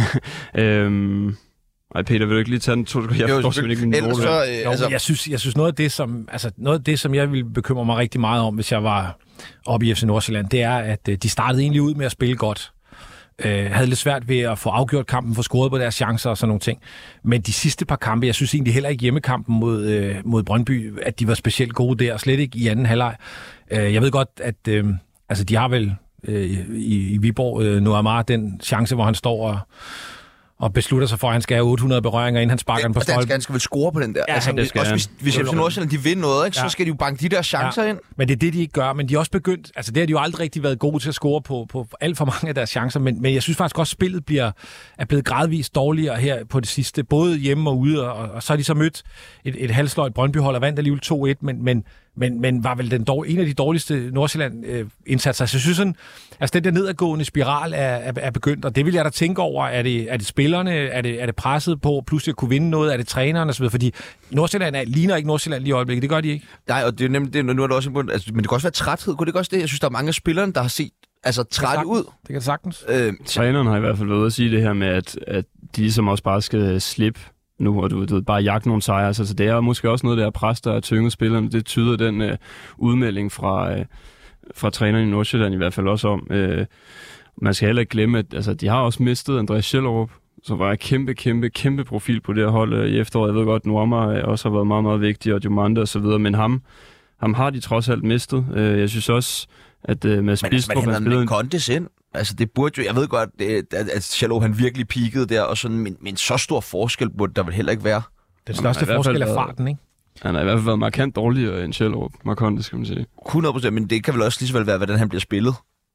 her. Ej, Peter, vil du ikke lige tage den? Jeg forstår simpelthen ikke min mål. Jeg synes noget af det, som jeg ville bekymre mig rigtig meget om, hvis jeg var oppe i FC Nordsjælland, det er, at de startede egentlig ud med at spille godt. Havde lidt svært ved at få afgjort kampen, få scoret på deres chancer og sådan nogle ting. Men de sidste par kampe, jeg synes egentlig heller ikke hjemmekampen mod Brøndby, at de var specielt gode der, slet ikke i anden halvleg. Jeg ved godt, at de har vel i Viborg Noah Amar den chance, hvor han står og beslutter sig for, at han skal have 800 berøringer, inden han sparker den på stolpen. Han skal vel score på den der. Ja, altså, hvis FC Nordsjælland de vinder noget, ikke, så skal de jo banke de der chancer ind. Men det er det, de ikke gør. Men de har også begyndt... Altså, det har de jo aldrig rigtig været gode til at score på alt for mange af deres chancer. Men jeg synes faktisk også, at spillet er blevet gradvist dårligere her på det sidste. Både hjemme og ude. Og så har de så mødt et halvsløjt Brøndby-hold og vandt alligevel 2-1. Men var vel en af de dårligste Nordsjælland-indsatser. Så jeg synes sådan, altså den der nedadgående spiral er begyndt, og det vil jeg da tænke over. Er det spillerne? Er det presset på pludselig at kunne vinde noget? Er det træneren osv.? Fordi Nordsjælland ligner ikke Nordsjælland lige i øjeblikket. Det gør de ikke. Nej, og det er nemlig det, nu er det også men det kan også være træthed. Kunne det ikke også det? Jeg synes, der er mange af spillerne, der har set trætte ud. Det kan sagtens. Træneren har i hvert fald været ude at sige det her med, at de ligesom også bare skal slippe nu, og du bare jagte nogle sejre. Så det er måske også noget, der er pres, der er tynget spillerne. Det tyder den udmelding fra træneren i Nordsjælland i hvert fald også om. Man skal heller ikke glemme, at de har også mistet Andreas Schellerup, som var en kæmpe profil på det her hold i efteråret. Jeg ved godt, Nuama også har været meget, meget vigtig, og Diomande og så videre, men ham har de trods alt mistet. Jeg synes også, at Mads Bistrup... Men han med Kontes ind. Altså, det burde jo... Jeg ved godt, at Schellerup han virkelig peakede der, og sådan, men så stor forskel burde der vel heller ikke være. Den største forskel er farten, ikke? Han har i hvert fald været markant dårligere end Schellerup. Markonte, skal man sige. 100%, men det kan vel også lige så vel være, hvordan han bliver spillet.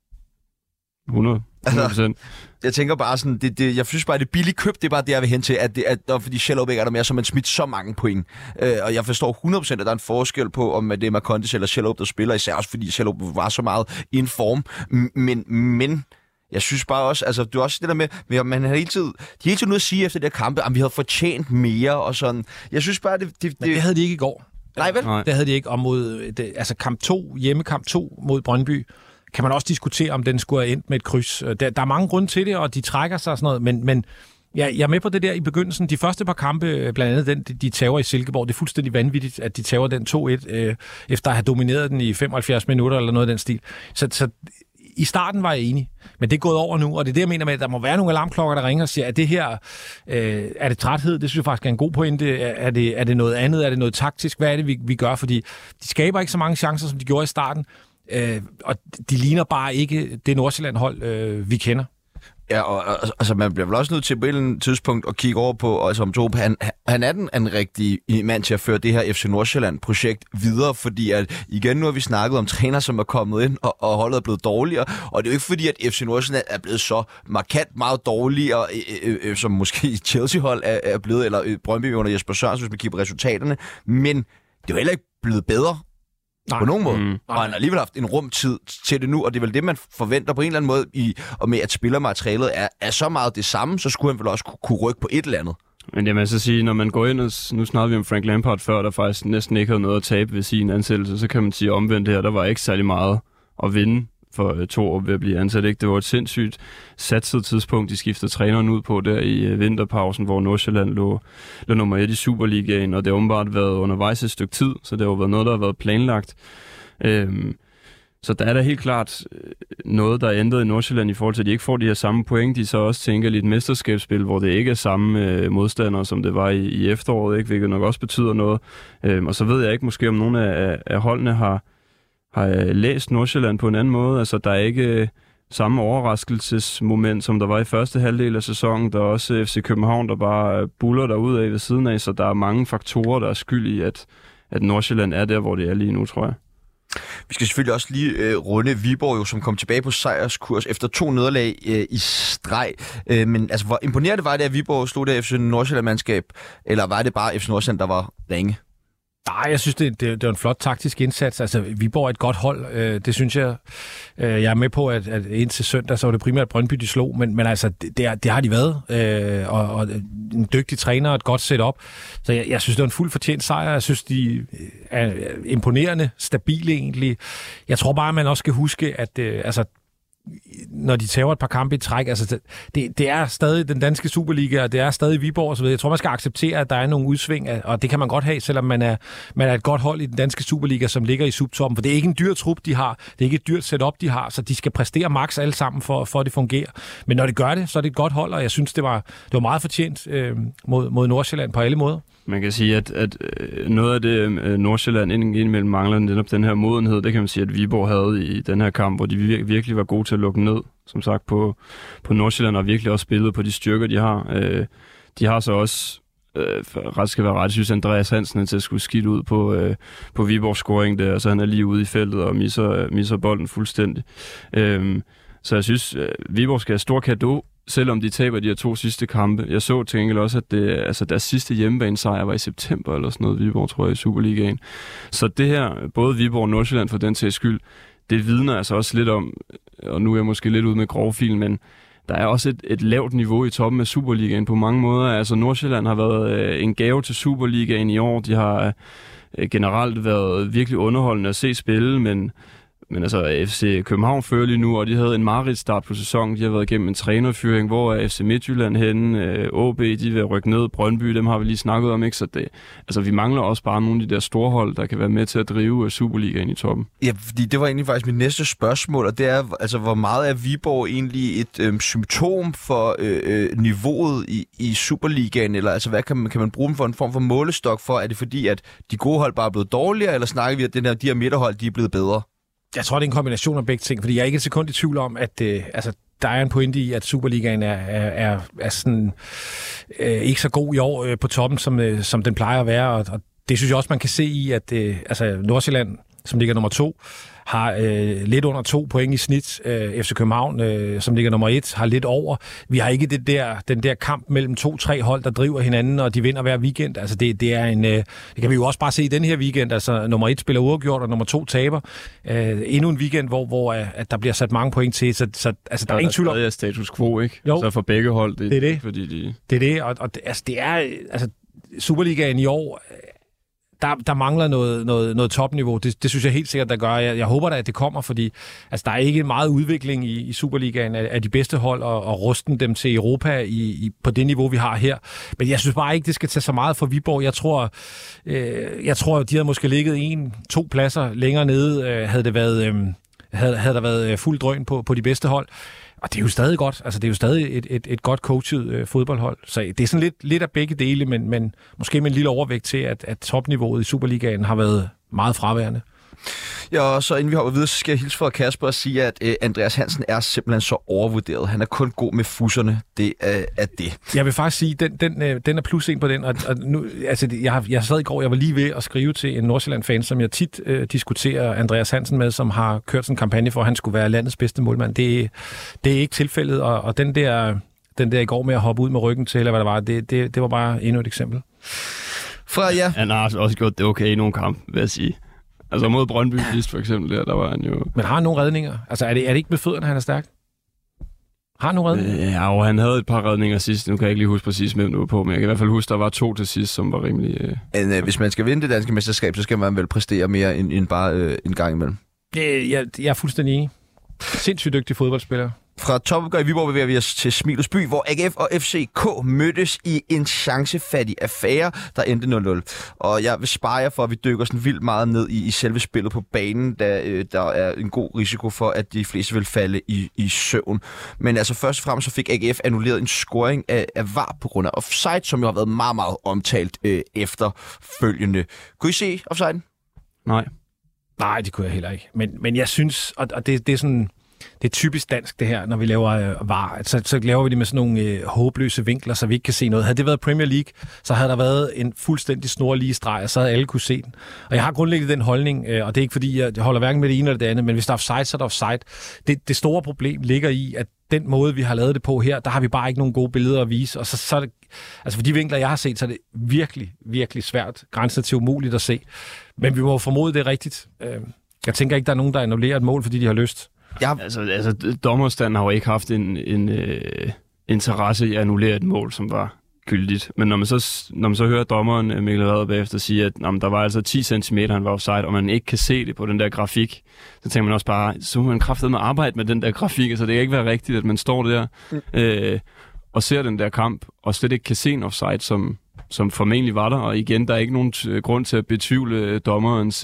100%. Altså, jeg tænker bare sådan, jeg synes bare, at det billige køb, det er bare det, jeg vil hen til, at fordi Schellerup ikke er der mere, så man smidt så mange point. Og jeg forstår 100%, at der er en forskel på, om det er Marcondes eller Schellerup, der spiller, især også fordi Schellerup var så meget in form. Men jeg synes bare også, altså det er også det der med, man har hele tiden ude at sige efter det her kampe, at vi havde fortjent mere og sådan. Jeg synes bare, det havde de ikke i går. Nej, vel? Det havde de ikke. Og mod, hjemmekamp 2 mod Brøndby, kan man også diskutere, om den skulle have endt med et kryds. Der er mange grunde til det, og de trækker sig og sådan noget, men jeg er med på det der i begyndelsen. De første par kampe, blandt andet den, de tager i Silkeborg, det er fuldstændig vanvittigt, at de tager den 2-1, efter at have domineret den i 75 minutter eller noget af den stil. Så i starten var jeg enig, men det er gået over nu, og det er det, jeg mener med, at der må være nogle alarmklokker, der ringer og siger, at det her, er det træthed? Det synes jeg faktisk er en god pointe. Er det noget andet? Er det noget taktisk? Hvad er det, vi gør? Fordi de skaber ikke så mange chancer, som de gjorde i starten, og de ligner bare ikke det Nordsjælland-hold, vi kender. Ja, og altså, man bliver vel også nødt til på et eller andet tidspunkt at kigge over på, altså om Torup, han er den rigtige mand til at føre det her FC Nordsjælland-projekt videre, fordi at igen nu har vi snakket om træner, som er kommet ind, og holdet er blevet dårligere, og det er jo ikke fordi, at FC Nordsjælland er blevet så markant meget dårligere, som måske Chelsea-hold er blevet, eller Brøndby under Jesper Sørensen, hvis man kigger på resultaterne, men det er jo heller ikke blevet bedre. Nej. På nogen måde. Og han har alligevel haft en rumtid til det nu, og det er vel det, man forventer på en eller anden måde, og med at spillermaterialet er så meget det samme, så skulle han vel også kunne rykke på et eller andet. Men det man så sige, når man går ind, og nu snakkede vi om Frank Lampard før, der faktisk næsten ikke havde noget at tabe ved sin ansættelse, så kan man sige omvendt her, der var ikke særlig meget at vinde for 2 år ved at blive ansat. Ikke? Det var et sindssygt satset tidspunkt, de skiftede træneren ud på der i vinterpausen, hvor Nordsjælland lå nummer 1 i Superligaen, og det har åbenbart været undervejs et stykke tid, så det har jo været noget, der har været planlagt. Så der er der helt klart noget, der er ændret i Nordsjælland i forhold til, at de ikke får de her samme point. De så også tænker lidt mesterskabsspil, hvor det ikke er samme modstandere, som det var i efteråret, ikke? Hvilket nok også betyder noget. Og så ved jeg ikke måske, om nogle af holdene har læst Nordsjælland på en anden måde. Altså, der er ikke samme overraskelsesmoment, som der var i første halvdel af sæsonen. Der er også FC København, der bare buller derudad ved siden af, så der er mange faktorer, der er skyld i, at Nordsjælland er der, hvor det er lige nu, tror jeg. Vi skal selvfølgelig også lige runde Viborg, jo, som kom tilbage på sejrskurs efter 2 nederlag i streg. Men altså, hvor imponerende var det, at Viborg slog det FC Nordsjælland-mandskab, eller var det bare FC Nordsjælland, der var ringe? Nej, jeg synes, det var en flot taktisk indsats. Altså, Viborg er et godt hold, det synes jeg. Jeg er med på, at indtil søndag, så var det primært Brøndby, de slog, men altså, det har de været. Og en dygtig træner og et godt setup. Så jeg synes, det var en fuldt fortjent sejr. Jeg synes, de er imponerende, stabile egentlig. Jeg tror bare, man også skal huske, at når de tager et par kampe i træk, altså det er stadig den danske Superliga, og det er stadig Viborg og så videre. Jeg tror, man skal acceptere, at der er nogle udsving, og det kan man godt have, selvom man er et godt hold i den danske Superliga, som ligger i subtoppen, for det er ikke en dyr trup, de har. Det er ikke et dyrt setup, de har, så de skal præstere max alle sammen, for at det fungerer. Men når det gør det, så er det et godt hold, og jeg synes, det var meget fortjent mod Nordsjælland på alle måder. Man kan sige, at noget af det Nordsjælland indimellem mangler netop den her modenhed, det kan man sige, at Viborg havde i den her kamp, hvor de virkelig var gode til at lukke ned, som sagt, på Nordsjælland, og virkelig også spillet på de styrker, de har. De har så også, ret skal være ret, jeg synes, Andreas Hansen til at skulle skidt ud på Viborgs scoring der, så han er lige ude i feltet og misser bolden fuldstændig. Så jeg synes, Viborg skal have stor cadeau, selvom de taber de her 2 sidste kampe. Jeg så til gengæld også, at deres sidste hjemmebanesejr var i september eller sådan noget, Viborg, tror jeg, i Superligaen. Så det her, både Viborg og Nordsjælland for den sags skyld, det vidner altså også lidt om, og nu er jeg måske lidt ude med grovfilen, men der er også et lavt niveau i toppen af Superligaen på mange måder. Altså Nordsjælland har været en gave til Superligaen i år. De har generelt været virkelig underholdende at se spille, men altså, FC København fører lige nu, og de havde en mareridtsstart på sæsonen. De har været igennem en trænerfyring, hvor er FC Midtjylland henne, AB, de vil rykke ned, Brøndby, dem har vi lige snakket om, ikke? Så altså, vi mangler også bare nogle af de der store hold, der kan være med til at drive Superligaen i toppen. Ja, fordi det var egentlig faktisk mit næste spørgsmål, og det er, altså, hvor meget er Viborg egentlig et symptom for niveauet i Superligaen, eller altså, hvad kan man bruge dem for en form for målestok for? Er det fordi, at de gode hold bare er blevet dårligere, eller snakker vi, at de her midterhold, de er blevet bedre? Jeg tror, det er en kombination af begge ting, fordi jeg er ikke et sekund i tvivl om, at der er en pointe i, at Superligaen er sådan, ikke så god i år på toppen, som den plejer at være, og det synes jeg også, man kan se i, at Nordsjælland, som ligger nummer 2, har lidt under 2 point i snit. FC København, som ligger nummer 1, har lidt over. Vi har ikke den der kamp mellem 2-3 hold, der driver hinanden, og de vinder hver weekend. Altså det er det kan vi jo også bare se i den her weekend. Altså nummer 1 spiller uafgjort, og nummer 2 taber. Endnu en weekend, hvor at der bliver sat mange point til. Så altså, der er ingen tvivl om. Det er status quo, ikke? Jo. Så for begge hold. Det er det. Fordi det er det, og altså, det er altså Superligaen i år. der mangler noget topniveau. Det synes jeg helt sikkert, der gør. Jeg håber da, at det kommer, fordi altså, der er ikke meget udvikling i Superligaen af de bedste hold og rusten dem til Europa på det niveau, vi har her. Men jeg synes bare ikke, det skal tage så meget for Viborg. Jeg tror, de havde måske ligget 1-2 pladser længere nede, havde der været fuld drøn på de bedste hold. Og det er jo stadig godt. Altså, det er jo stadig et godt coachet fodboldhold. Så det er sådan lidt af begge dele, men måske med en lille overvægt til, at topniveauet i Superligaen har været meget fraværende. Ja, og så inden vi hopper videre, så skal jeg hilse fra Kasper og sige, at Andreas Hansen er simpelthen så overvurderet. Han er kun god med fusserne. Det er det. Jeg vil faktisk sige, den er plus 1 på den. Og nu, altså, jeg sad i går, jeg var lige ved at skrive til en Nordsjælland-fan, som jeg tit diskuterer Andreas Hansen med, som har kørt sådan en kampagne for, at han skulle være landets bedste målmand. Det er ikke tilfældet, og den der i går med at hoppe ud med ryggen til, eller hvad der var, det var bare endnu et eksempel. Fra ja. Han har også gjort det okay i nogle kampe, vil jeg sige. Altså mod Brøndby sidst for eksempel, der var han jo... Men har han nogle redninger? Altså er det ikke med fødderne, han er stærk? Har han nogle redninger? Ja, og han havde et par redninger sidst. Nu kan jeg ikke lige huske præcis, hvem du var på, men jeg kan i hvert fald huske, der var 2 til sidst, som var rimelig... Hvis man skal vinde det danske mesterskab, så skal man vel præstere mere end bare en gang imellem. Jeg er fuldstændig enig. Sindssygt dygtig fodboldspiller. Fra Topopgør i Viborg bevæger vi os til Smilets by, hvor AGF og FCK mødtes i en chancefattig affære, der endte 0-0. Og jeg vil spare jer for, at vi dykker sådan vildt meget ned i selve spillet på banen, da der er en god risiko for, at de fleste vil falde i søvn. Men altså først og fremmest så fik AGF annulleret en scoring af VAR på grund af offside, som jo har været meget, meget omtalt efterfølgende. Kunne I se offsiden? Nej, det kunne jeg heller ikke. Men jeg synes, og det er sådan... Det er typisk dansk, det her, når vi laver VAR. Så laver vi det med sådan nogle håbløse vinkler, så vi ikke kan se noget. Havde det været Premier League, så havde der været en fuldstændig snorlige streg, og så havde alle kunne se den. Og jeg har grundlæggende den holdning, og det er ikke fordi, jeg holder hverken med det ene eller det andet, men hvis der er offside, så er der offside. Det store problem ligger i, at den måde, vi har lavet det på her, der har vi bare ikke nogen gode billeder at vise. Og så er det, altså for de vinkler, jeg har set, så er det virkelig, virkelig svært, grænser til umuligt at se. Men vi må formode, det er rigtigt. Jeg tænker ikke, der er nogen, der annullerer et mål, fordi de har lyst. Ja. Altså dommerstanden har jo ikke haft en interesse i at annullere et mål, som var gyldigt. Men når man så hører dommeren Mikkel Redder bagefter sige, at der var altså 10 cm, han var offside, og man ikke kan se det på den der grafik, så tænker man også bare, så må man kraftedeme arbejde med den der grafik, så det kan ikke være rigtigt, at man står der og ser den der kamp, og slet ikke kan se en offside, som formentlig var der. Og igen, der er ikke nogen grund til at betvivle dommerens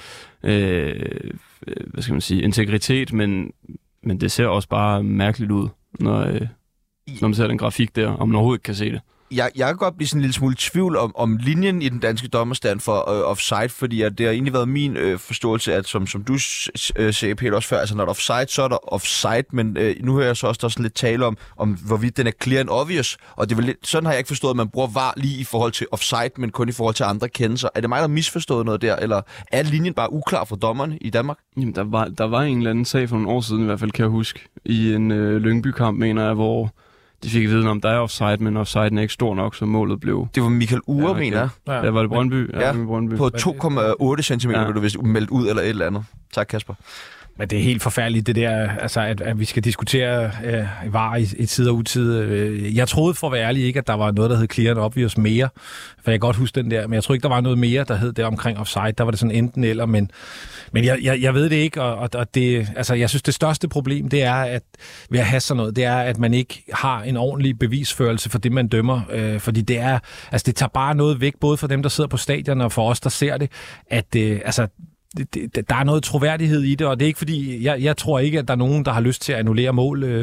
hvad skal man sige, integritet, men det ser også bare mærkeligt ud, når man ser den grafik der, om man overhovedet ikke kan se det. Jeg kan godt blive sådan en lille smule tvivl om linjen i den danske dommerstand for offside, fordi at det har egentlig været min forståelse, at som du sagde, Peter, også før, altså når der er offside, så er der offside, men nu hører jeg så også, der er sådan lidt tale om hvorvidt den er clear and obvious, og det er lidt, sådan har jeg ikke forstået, at man bruger VAR lige i forhold til offside, men kun i forhold til andre kendelser. Er det mig, der har misforstået noget der, eller er linjen bare uklar for dommerne i Danmark? Jamen, der var en eller anden sag for nogle år siden, i hvert fald kan jeg huske, i en Lyngby-kamp, mener jeg, hvor de fik at vide, om der er offside, men offsiden er ikke stor nok, så målet blev... Det var Michael Ure, mener jeg. Ja, var det Brøndby? Ja, Brøndby. På 2,8 cm blev du vist meldt ud eller et eller andet. Tak, Kasper. Men det er helt forfærdeligt, det der, altså, at vi skal diskutere VAR i tid og utid. Jeg troede for at være ærlig ikke, at der var noget, der hed clear and obvious mere, for jeg kan godt huske den der, men jeg tror ikke, der var noget mere, der hed det omkring offside. Der var det sådan enten eller, men jeg ved det ikke, og det, altså, jeg synes, det største problem, det er, at ved at have sådan noget, det er, at man ikke har en ordentlig bevisførelse for det, man dømmer, fordi det er, altså, det tager bare noget væk, både for dem, der sidder på stadion, og for os, der ser det, at altså, der er noget troværdighed i det, og det er ikke fordi, jeg tror ikke, at der er nogen, der har lyst til at annullere mål,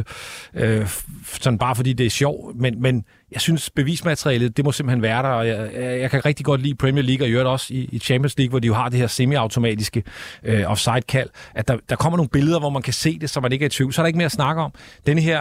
sådan bare fordi det er sjov, men jeg synes, bevismaterialet, det må simpelthen være der, og jeg kan rigtig godt lide Premier League, og gjort også i Champions League, hvor de jo har det her semi-automatiske offside-kald, at der kommer nogle billeder, hvor man kan se det, så man ikke er i tvivl. Så er der ikke mere at snakke om. Den her,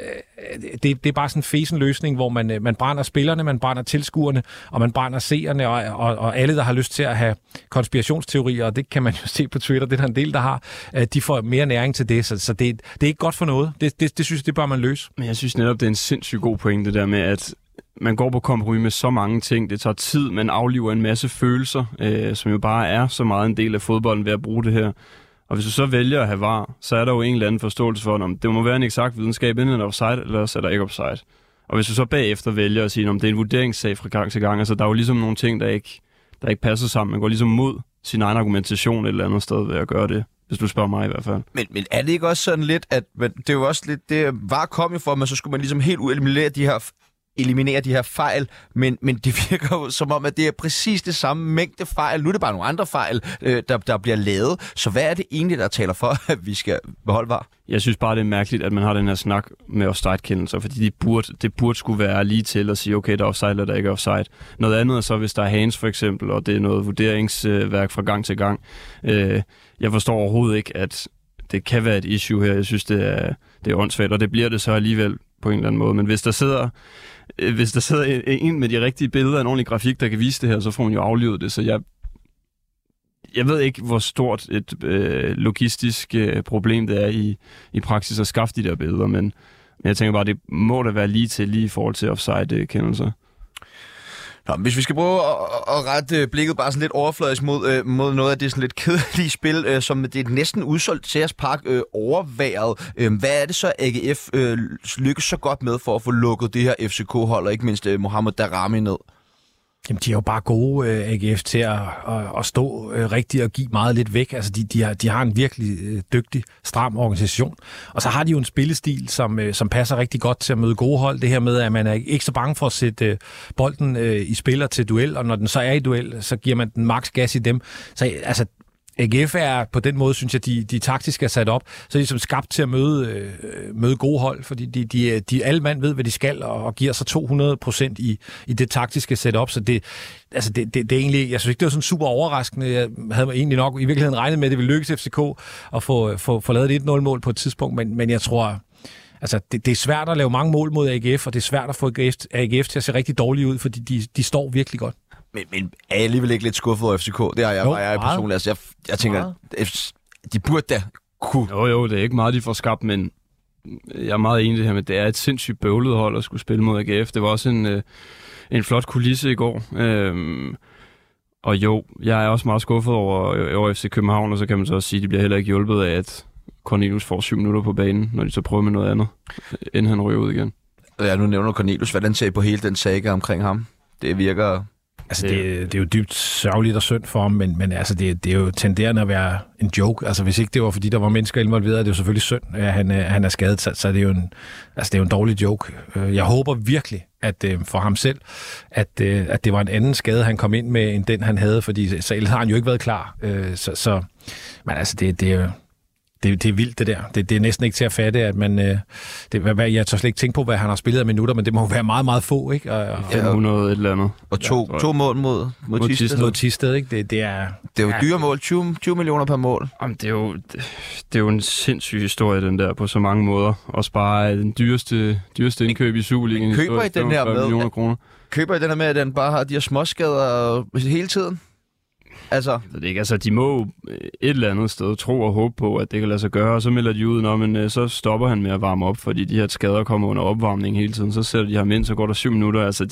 det er bare sådan en fesen løsning, hvor man brænder spillerne, man brænder tilskuerne, og man brænder seerne, og alle, der har lyst til at have konspirationsteorier, og det kan man jo se på Twitter, det er der en del, der har, de får mere næring til det, så det er ikke godt for noget. Det synes jeg, det bør man løse. Men jeg synes netop, det er en sindssygt god pointe, det der med, at man går på kompromis med så mange ting. Det tager tid, man afliver en masse følelser, som jo bare er så meget en del af fodbolden ved at bruge det her. Og hvis du så vælger at have VAR, så er der jo en eller anden forståelse for, om det må være en eksakt videnskab, inden der er offside, eller så er der ikke offside. Og hvis du så bagefter vælger at sige, om det er en vurderingssag fra gang til gang, altså der er jo ligesom nogle ting, der der ikke passer sammen. Man går ligesom mod sin egen argumentation et eller andet sted ved at gøre det, hvis du spørger mig i hvert fald. Men er det ikke også sådan lidt, at det er jo også lidt, det var kommet for, at man så skulle man ligesom helt eliminere de her fejl, men det virker jo som om, at det er præcis det samme mængde fejl. Nu er det bare nogle andre fejl, der bliver lavet. Så hvad er det egentlig, der taler for, at vi skal beholde VAR? Jeg synes bare, det er mærkeligt, at man har den her snak med offside-kendelser, fordi det burde skulle være lige til at sige, okay, der er offside eller der ikke er offside. Noget andet er så, hvis der er hands for eksempel, og det er noget vurderingsværk fra gang til gang. Jeg forstår overhovedet ikke, at det kan være et issue her. Jeg synes, det er åndssvagt, og det bliver det så alligevel på en eller anden måde. Men hvis der sidder en med de rigtige billeder, en ordentlig grafik, der kan vise det her, så får hun jo aflivet det. Så jeg ved ikke, hvor stort et logistisk problem det er i praksis at skaffe de der billeder, men jeg tænker bare, det må da være lige i forhold til offside-kendelser. Nå, hvis vi skal prøve at rette blikket bare sådan lidt overfladisk mod noget af det sådan lidt kedelige spil, som det er næsten udsolgt Ceres Park overværet. Hvad er det så, AGF lykkes så godt med for at få lukket det her FCK-hold, og ikke mindst Mohamed Daramy ned? Jamen, de er jo bare gode, AGF, til at stå rigtigt og give meget lidt væk. Altså, de har en virkelig dygtig, stram organisation. Og så har de jo en spillestil, som passer rigtig godt til at møde gode hold. Det her med, at man er ikke så bange for at sætte bolden i spiller til duel, og når den så er i duel, så giver man den maks gas i dem. Så altså, AGF er på den måde, synes jeg, de taktisk er sat op, så er de ligesom skabt til at møde gode hold, fordi de alle mand ved, hvad de skal, og giver sig 200% i det taktiske setup, så det er egentlig, jeg synes ikke, det var sådan super overraskende. Jeg havde egentlig nok i virkeligheden regnet med, at det ville lykkes FCK at få lavet et 1-0-mål på et tidspunkt, men jeg tror, altså, det er svært at lave mange mål mod AGF, og det er svært at få AGF til at se rigtig dårligt ud, fordi de står virkelig godt. Men er jeg alligevel ikke lidt skuffet over FCK? Det har jeg personligt. Altså, jeg tænker, de burde da kunne... Jo, det er ikke meget, de får skabt, men jeg er meget enig i det her med, det er et sindssygt bøvlet hold at skulle spille mod AGF. Det var også en flot kulisse i går. Og jo, jeg er også meget skuffet over FC København, og så kan man så også sige, at de bliver heller ikke hjulpet af, at Cornelius får 7 minutter på banen, når de så prøver med noget andet, inden han ryger ud igen. Ja, nu nævner Cornelius, hvordan ser I på hele den saga omkring ham? Det virker... Altså, det er jo dybt sørgeligt og synd for ham, men altså, det er jo tenderende at være en joke. Altså, hvis ikke det var, fordi der var mennesker involveret, det er jo selvfølgelig synd, at han er skadet, så det er jo en dårlig joke. Jeg håber virkelig, at for ham selv, at det var en anden skade, han kom ind med, end den, han havde, fordi så ellers har han jo ikke været klar. Men altså, det er vildt, det der. Det er næsten ikke til at fatte, at man... jeg tør slet ikke tænke på, hvad han har spillet af minutter, men det må være meget, meget få, ikke? 500 et eller andet. Og to mål mod Thisted. Mod Thisted, ikke? Det er jo dyre mål. 20 millioner per mål. Jamen, det er jo en sindssyg historie, den der, på så mange måder. Også bare den dyreste indkøb i Superligaen. Køber I den her med, køber I den her med, at den bare har de her småskader hele tiden? Altså, de må et eller andet sted tro og håbe på, at det kan lade sig gøre, og så melder de ud, men så stopper han med at varme op, fordi de her skader kommer under opvarmning hele tiden. Så sætter de ham ind, så går der 7 minutter. Altså,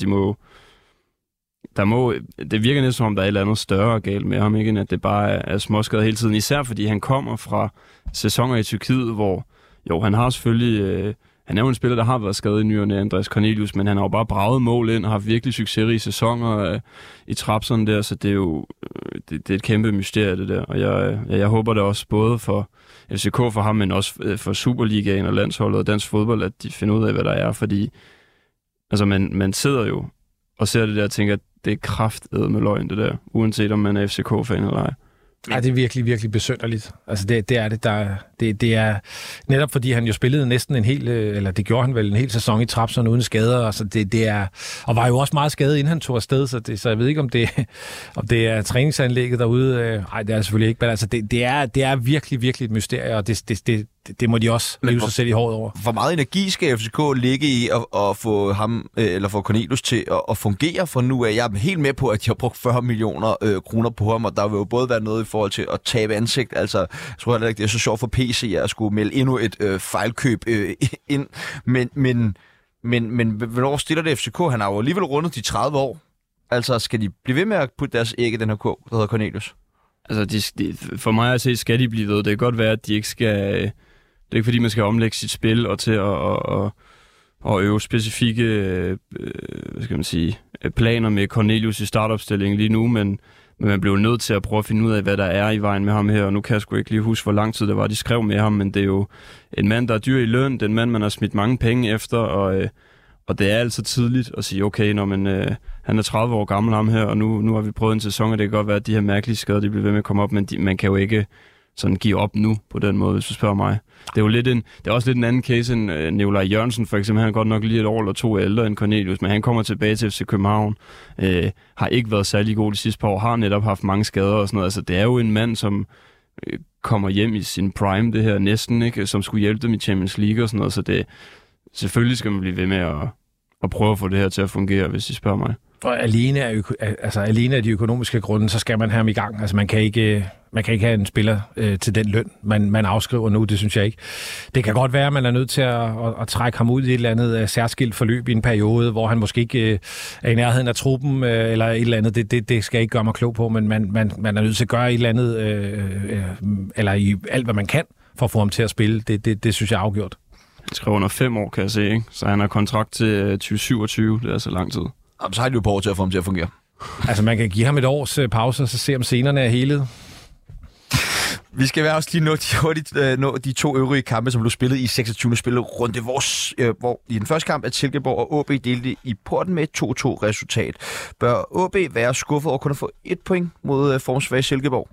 det virker næsten som om, der er et eller andet større galt med ham, ikke, end at det bare er småskader hele tiden. Især fordi han kommer fra sæsoner i Tyrkiet, hvor han har selvfølgelig... Han er jo en spiller, der har været skadet i ny og næ, Andreas Cornelius, men han har jo bare braget mål ind og har virkelig succesrige sæsoner i trapserne der, så det er jo det er et kæmpe mysterie, det der. Og jeg håber det også både for FCK for ham, men også for Superligaen og landsholdet og dansk fodbold, at de finder ud af, hvad der er, fordi altså man sidder jo og ser det der og tænker, at det er kraftedme løgn, det der, uanset om man er FCK-fan eller ej. Ja, det er virkelig, virkelig besynderligt. Altså, det er det. Det er netop fordi, han jo spillede næsten eller det gjorde han vel en hel sæson i Trabzon uden skader. Altså, det er, og var jo også meget skadet, inden han tog afsted, så jeg ved ikke, om det er træningsanlægget derude. Nej, det er selvfølgelig ikke, men altså, det er virkelig, virkelig et mysterie, og det må de også rive sig selv i håret over. Hvor meget energi skal FCK ligge i at få ham, eller få Cornelius til at fungere fra nu af? Jeg er helt med på, at de har brugt 40 millioner kroner på ham, og der vil jo både være noget i forhold til at tabe ansigt. Altså, jeg tror heller ikke, det er så sjovt for PC at skulle melde endnu et fejlkøb ind. Men hvornår stiller det FCK? Han har jo alligevel rundet de 30 år. Altså, skal de blive ved med at putte deres æg i den her kurv, der hedder Cornelius? Altså, for mig at se, skal de blive ved. Det kan godt være, at de ikke skal... Det er ikke fordi, man skal omlægge sit spil og til at øve specifikke hvad skal man sige, planer med Cornelius i startopstillingen lige nu, men Men man blev nødt til at prøve at finde ud af, hvad der er i vejen med ham her, og nu kan jeg sgu ikke lige huske, hvor lang tid det var, de skrev med ham, men det er jo en mand, der er dyr i løn, det er en mand, man har smidt mange penge efter, og det er altid tidligt at sige, okay, når han er 30 år gammel ham her, og nu har vi prøvet en sæson, og det kan godt være, at de her mærkelige skader, de bliver ved med at komme op, men man kan jo ikke sådan give op nu på den måde, hvis du spørger mig. Det er jo det er også lidt en anden case end Nikolaj Jørgensen, for eksempel. Han er godt nok lige et år eller to ældre end Cornelius, men han kommer tilbage til FC København, har ikke været særlig god de sidste par år, har netop haft mange skader og sådan noget. Altså, det er jo en mand, som kommer hjem i sin prime, det her næsten, ikke, som skulle hjælpe dem i Champions League og sådan noget, så selvfølgelig skal man blive ved med at prøve at få det her til at fungere, hvis I spørger mig. Og alene af de økonomiske grunde, så skal man have ham i gang. Altså man kan ikke have en spiller til den løn, man afskriver nu, det synes jeg ikke. Det kan godt være, at man er nødt til at trække ham ud i et eller andet særskilt forløb i en periode, hvor han måske ikke er i nærheden af truppen, eller et eller andet. Det skal jeg ikke gøre mig klog på, men man er nødt til at gøre et eller andet, eller i alt, hvad man kan, for at få ham til at spille. Det synes jeg er afgjort. Han skrev under 5 år, kan jeg se, ikke? Så han har kontrakt til 2027, det er så lang tid. Jamen, så har de jo på år til at få ham til at fungere. Altså, man kan give ham et års pause, og så se om scenerne er helet. Vi skal også lige nå de 2 øvrige kampe, som blev spillet i 26. spillerunde, hvor i den første kamp, at Silkeborg og AB delte i porten med et 2-2 resultat. Bør AB være skuffet over kun at få 1 point mod formsvage Silkeborg?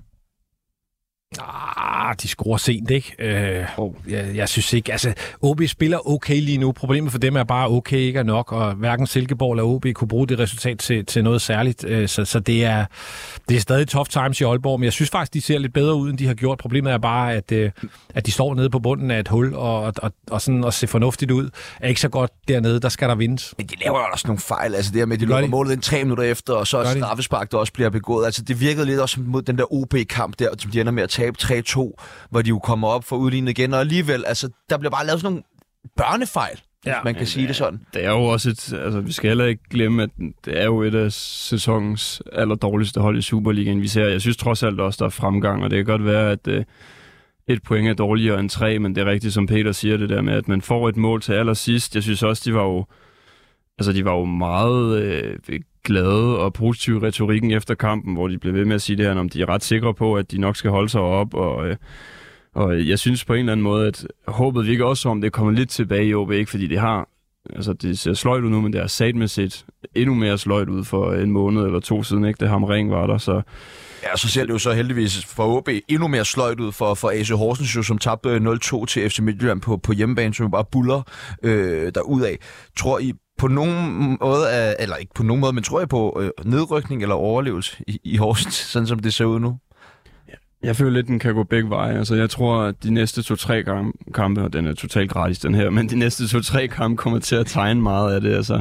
De scorer sent, ikke? Jeg synes ikke, altså OB spiller okay lige nu. Problemet for dem er bare, okay ikke er nok, og hverken Silkeborg eller OB kunne bruge det resultat til noget særligt. Så det er stadig tough times i Aalborg, men jeg synes faktisk, de ser lidt bedre ud, end de har gjort. Problemet er bare, at de står nede på bunden af et hul, og sådan at se fornuftigt ud er ikke så godt dernede. Der skal der vindes. Men de laver også nogle fejl, altså det her med, at de løber målet ind 3 minutter efter, og så er straffespark, der også bliver begået. Altså det virkede lidt også mod den der OB-kamp der, som de ender med at tabe 3-2, hvor de jo kommer op for udlignet igen, og alligevel, altså, der bliver bare lavet sådan nogle børnefejl, hvis man kan sige det sådan. Det er jo også altså, vi skal heller ikke glemme, at det er jo et af sæsonens allerdårligste hold i Superligaen, vi ser. Jeg synes trods alt også, der er fremgang, og det kan godt være, at 1 point er dårligere end 3, men det er rigtigt, som Peter siger, det der med, at man får et mål til allersidst. Jeg synes også, de var jo meget glade og positive retorikken efter kampen, hvor de blev ved med at sige det her, om de er ret sikre på, at de nok skal holde sig op, og jeg synes på en eller anden måde, at håbet virker også om, det kommer lidt tilbage i OB, ikke fordi det ser sløjt ud nu, men det er satme set endnu mere sløjt ud for 1 måned eller 2 siden, ikke? Det Hamring var der, så... Ja, så ser det jo så heldigvis for OB endnu mere sløjt ud for AC Horsens, jo, som tabte 0-2 til FC Midtjylland på hjemmebane, som jo bare buller derudad. Tror I på nogen måde, eller ikke på nogen måde, men tror I på nedrykning eller overlevelse i Horsens, sådan som det ser ud nu? Jeg føler lidt, den kan gå begge veje. Altså, jeg tror, at de næste 2-3 kampe, og den er totalt gratis, den her, men de næste 2-3 kampe kommer til at tegne meget af det. Altså,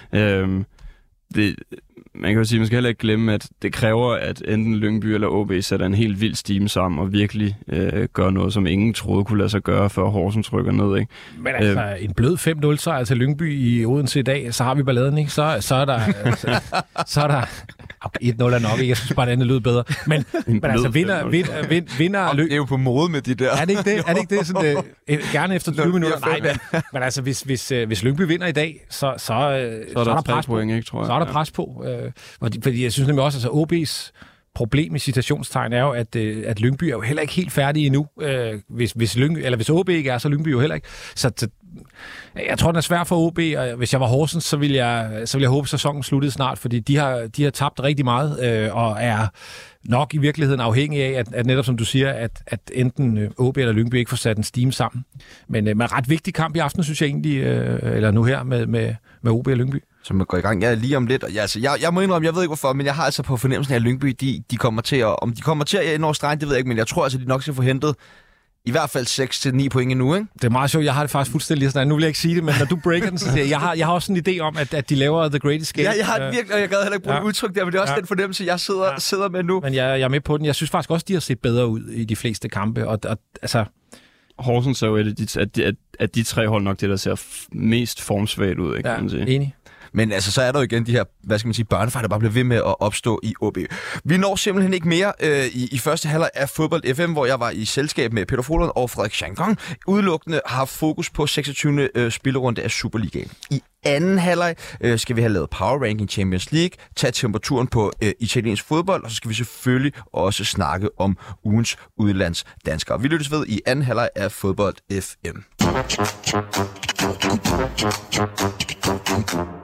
man kan jo sige, man skal heller ikke glemme, at det kræver, at enten Lyngby eller OB sætter en helt vild stime sammen og virkelig gør noget, som ingen troede kunne lade sig gøre, før Horsens rykker ned, ikke? Men altså, en blød 5-0 sejr til Lyngby i Odense i dag, så har vi balladen, ikke? Så er der okay, 1-0 er nok, ikke? Jeg synes bare, det andet lød bedre. Men altså, vinder det er jo på mode med de der. Er det ikke det? Er det ikke det? Sådan, gerne efter 20 minutter? Nej, men altså, hvis Lyngby vinder i dag, så er der pres på. Ikke, tror jeg. Så er der pres på. Fordi jeg synes nemlig også, at OB's problem i citationstegn er jo, at Lyngby er jo heller ikke helt færdig endnu. Hvis OB ikke er, så Lyngby jo heller ikke. Så jeg tror, den er svær for OB, og hvis jeg var Horsens, så vil jeg håbe, at sæsonen sluttede snart, fordi de har tabt rigtig meget, og er nok i virkeligheden afhængig af, at netop som du siger, at enten OB eller Lyngby ikke får sat en stime sammen. Men ret vigtig kamp i aften, synes jeg egentlig, eller nu her med OB og Lyngby. Som går i gang. Jeg er lige om lidt. Og jeg må indrømme, jeg ved ikke hvorfor, men jeg har altså på fornemmelsen af, at Lyngby, de kommer til at... Om de kommer til at nå stregen, det ved jeg ikke, men jeg tror altså, de nok skal få hentet i hvert fald 6-9 point endnu, ikke? Det er meget sjovt. Jeg har det faktisk fuldstændig sådan. Nu vil jeg ikke sige det, men når du breaker den, så siger jeg har også en idé om, at de laver The Great Escape. Ja, jeg har virkelig, og jeg gad heller ikke bruge et udtryk der, men det er også den fornemmelse, jeg sidder med nu. Men jeg er med på den. Jeg synes faktisk også, de har set bedre ud i de fleste kampe, og altså... Horsens er jo at de 3 hold nok det, der ser mest formsvagt ud, ikke? Ja, enig. Men altså, så er der jo igen de her, hvad skal man sige, børnefejl, der bare bliver ved med at opstå i OB. Vi når simpelthen ikke mere i første halvleg af Fodbold FM, hvor jeg var i selskab med Peter Frohlund og Frederik Schankong. Udelukkende har fokus på 26. spillerunde af Superligaen. I anden halvleg skal vi have lavet Power Ranking Champions League, tage temperaturen på italiensk fodbold, og så skal vi selvfølgelig også snakke om ugens udlandsdanskere. Vi lyttes ved i anden halvleg af Fodbold FM.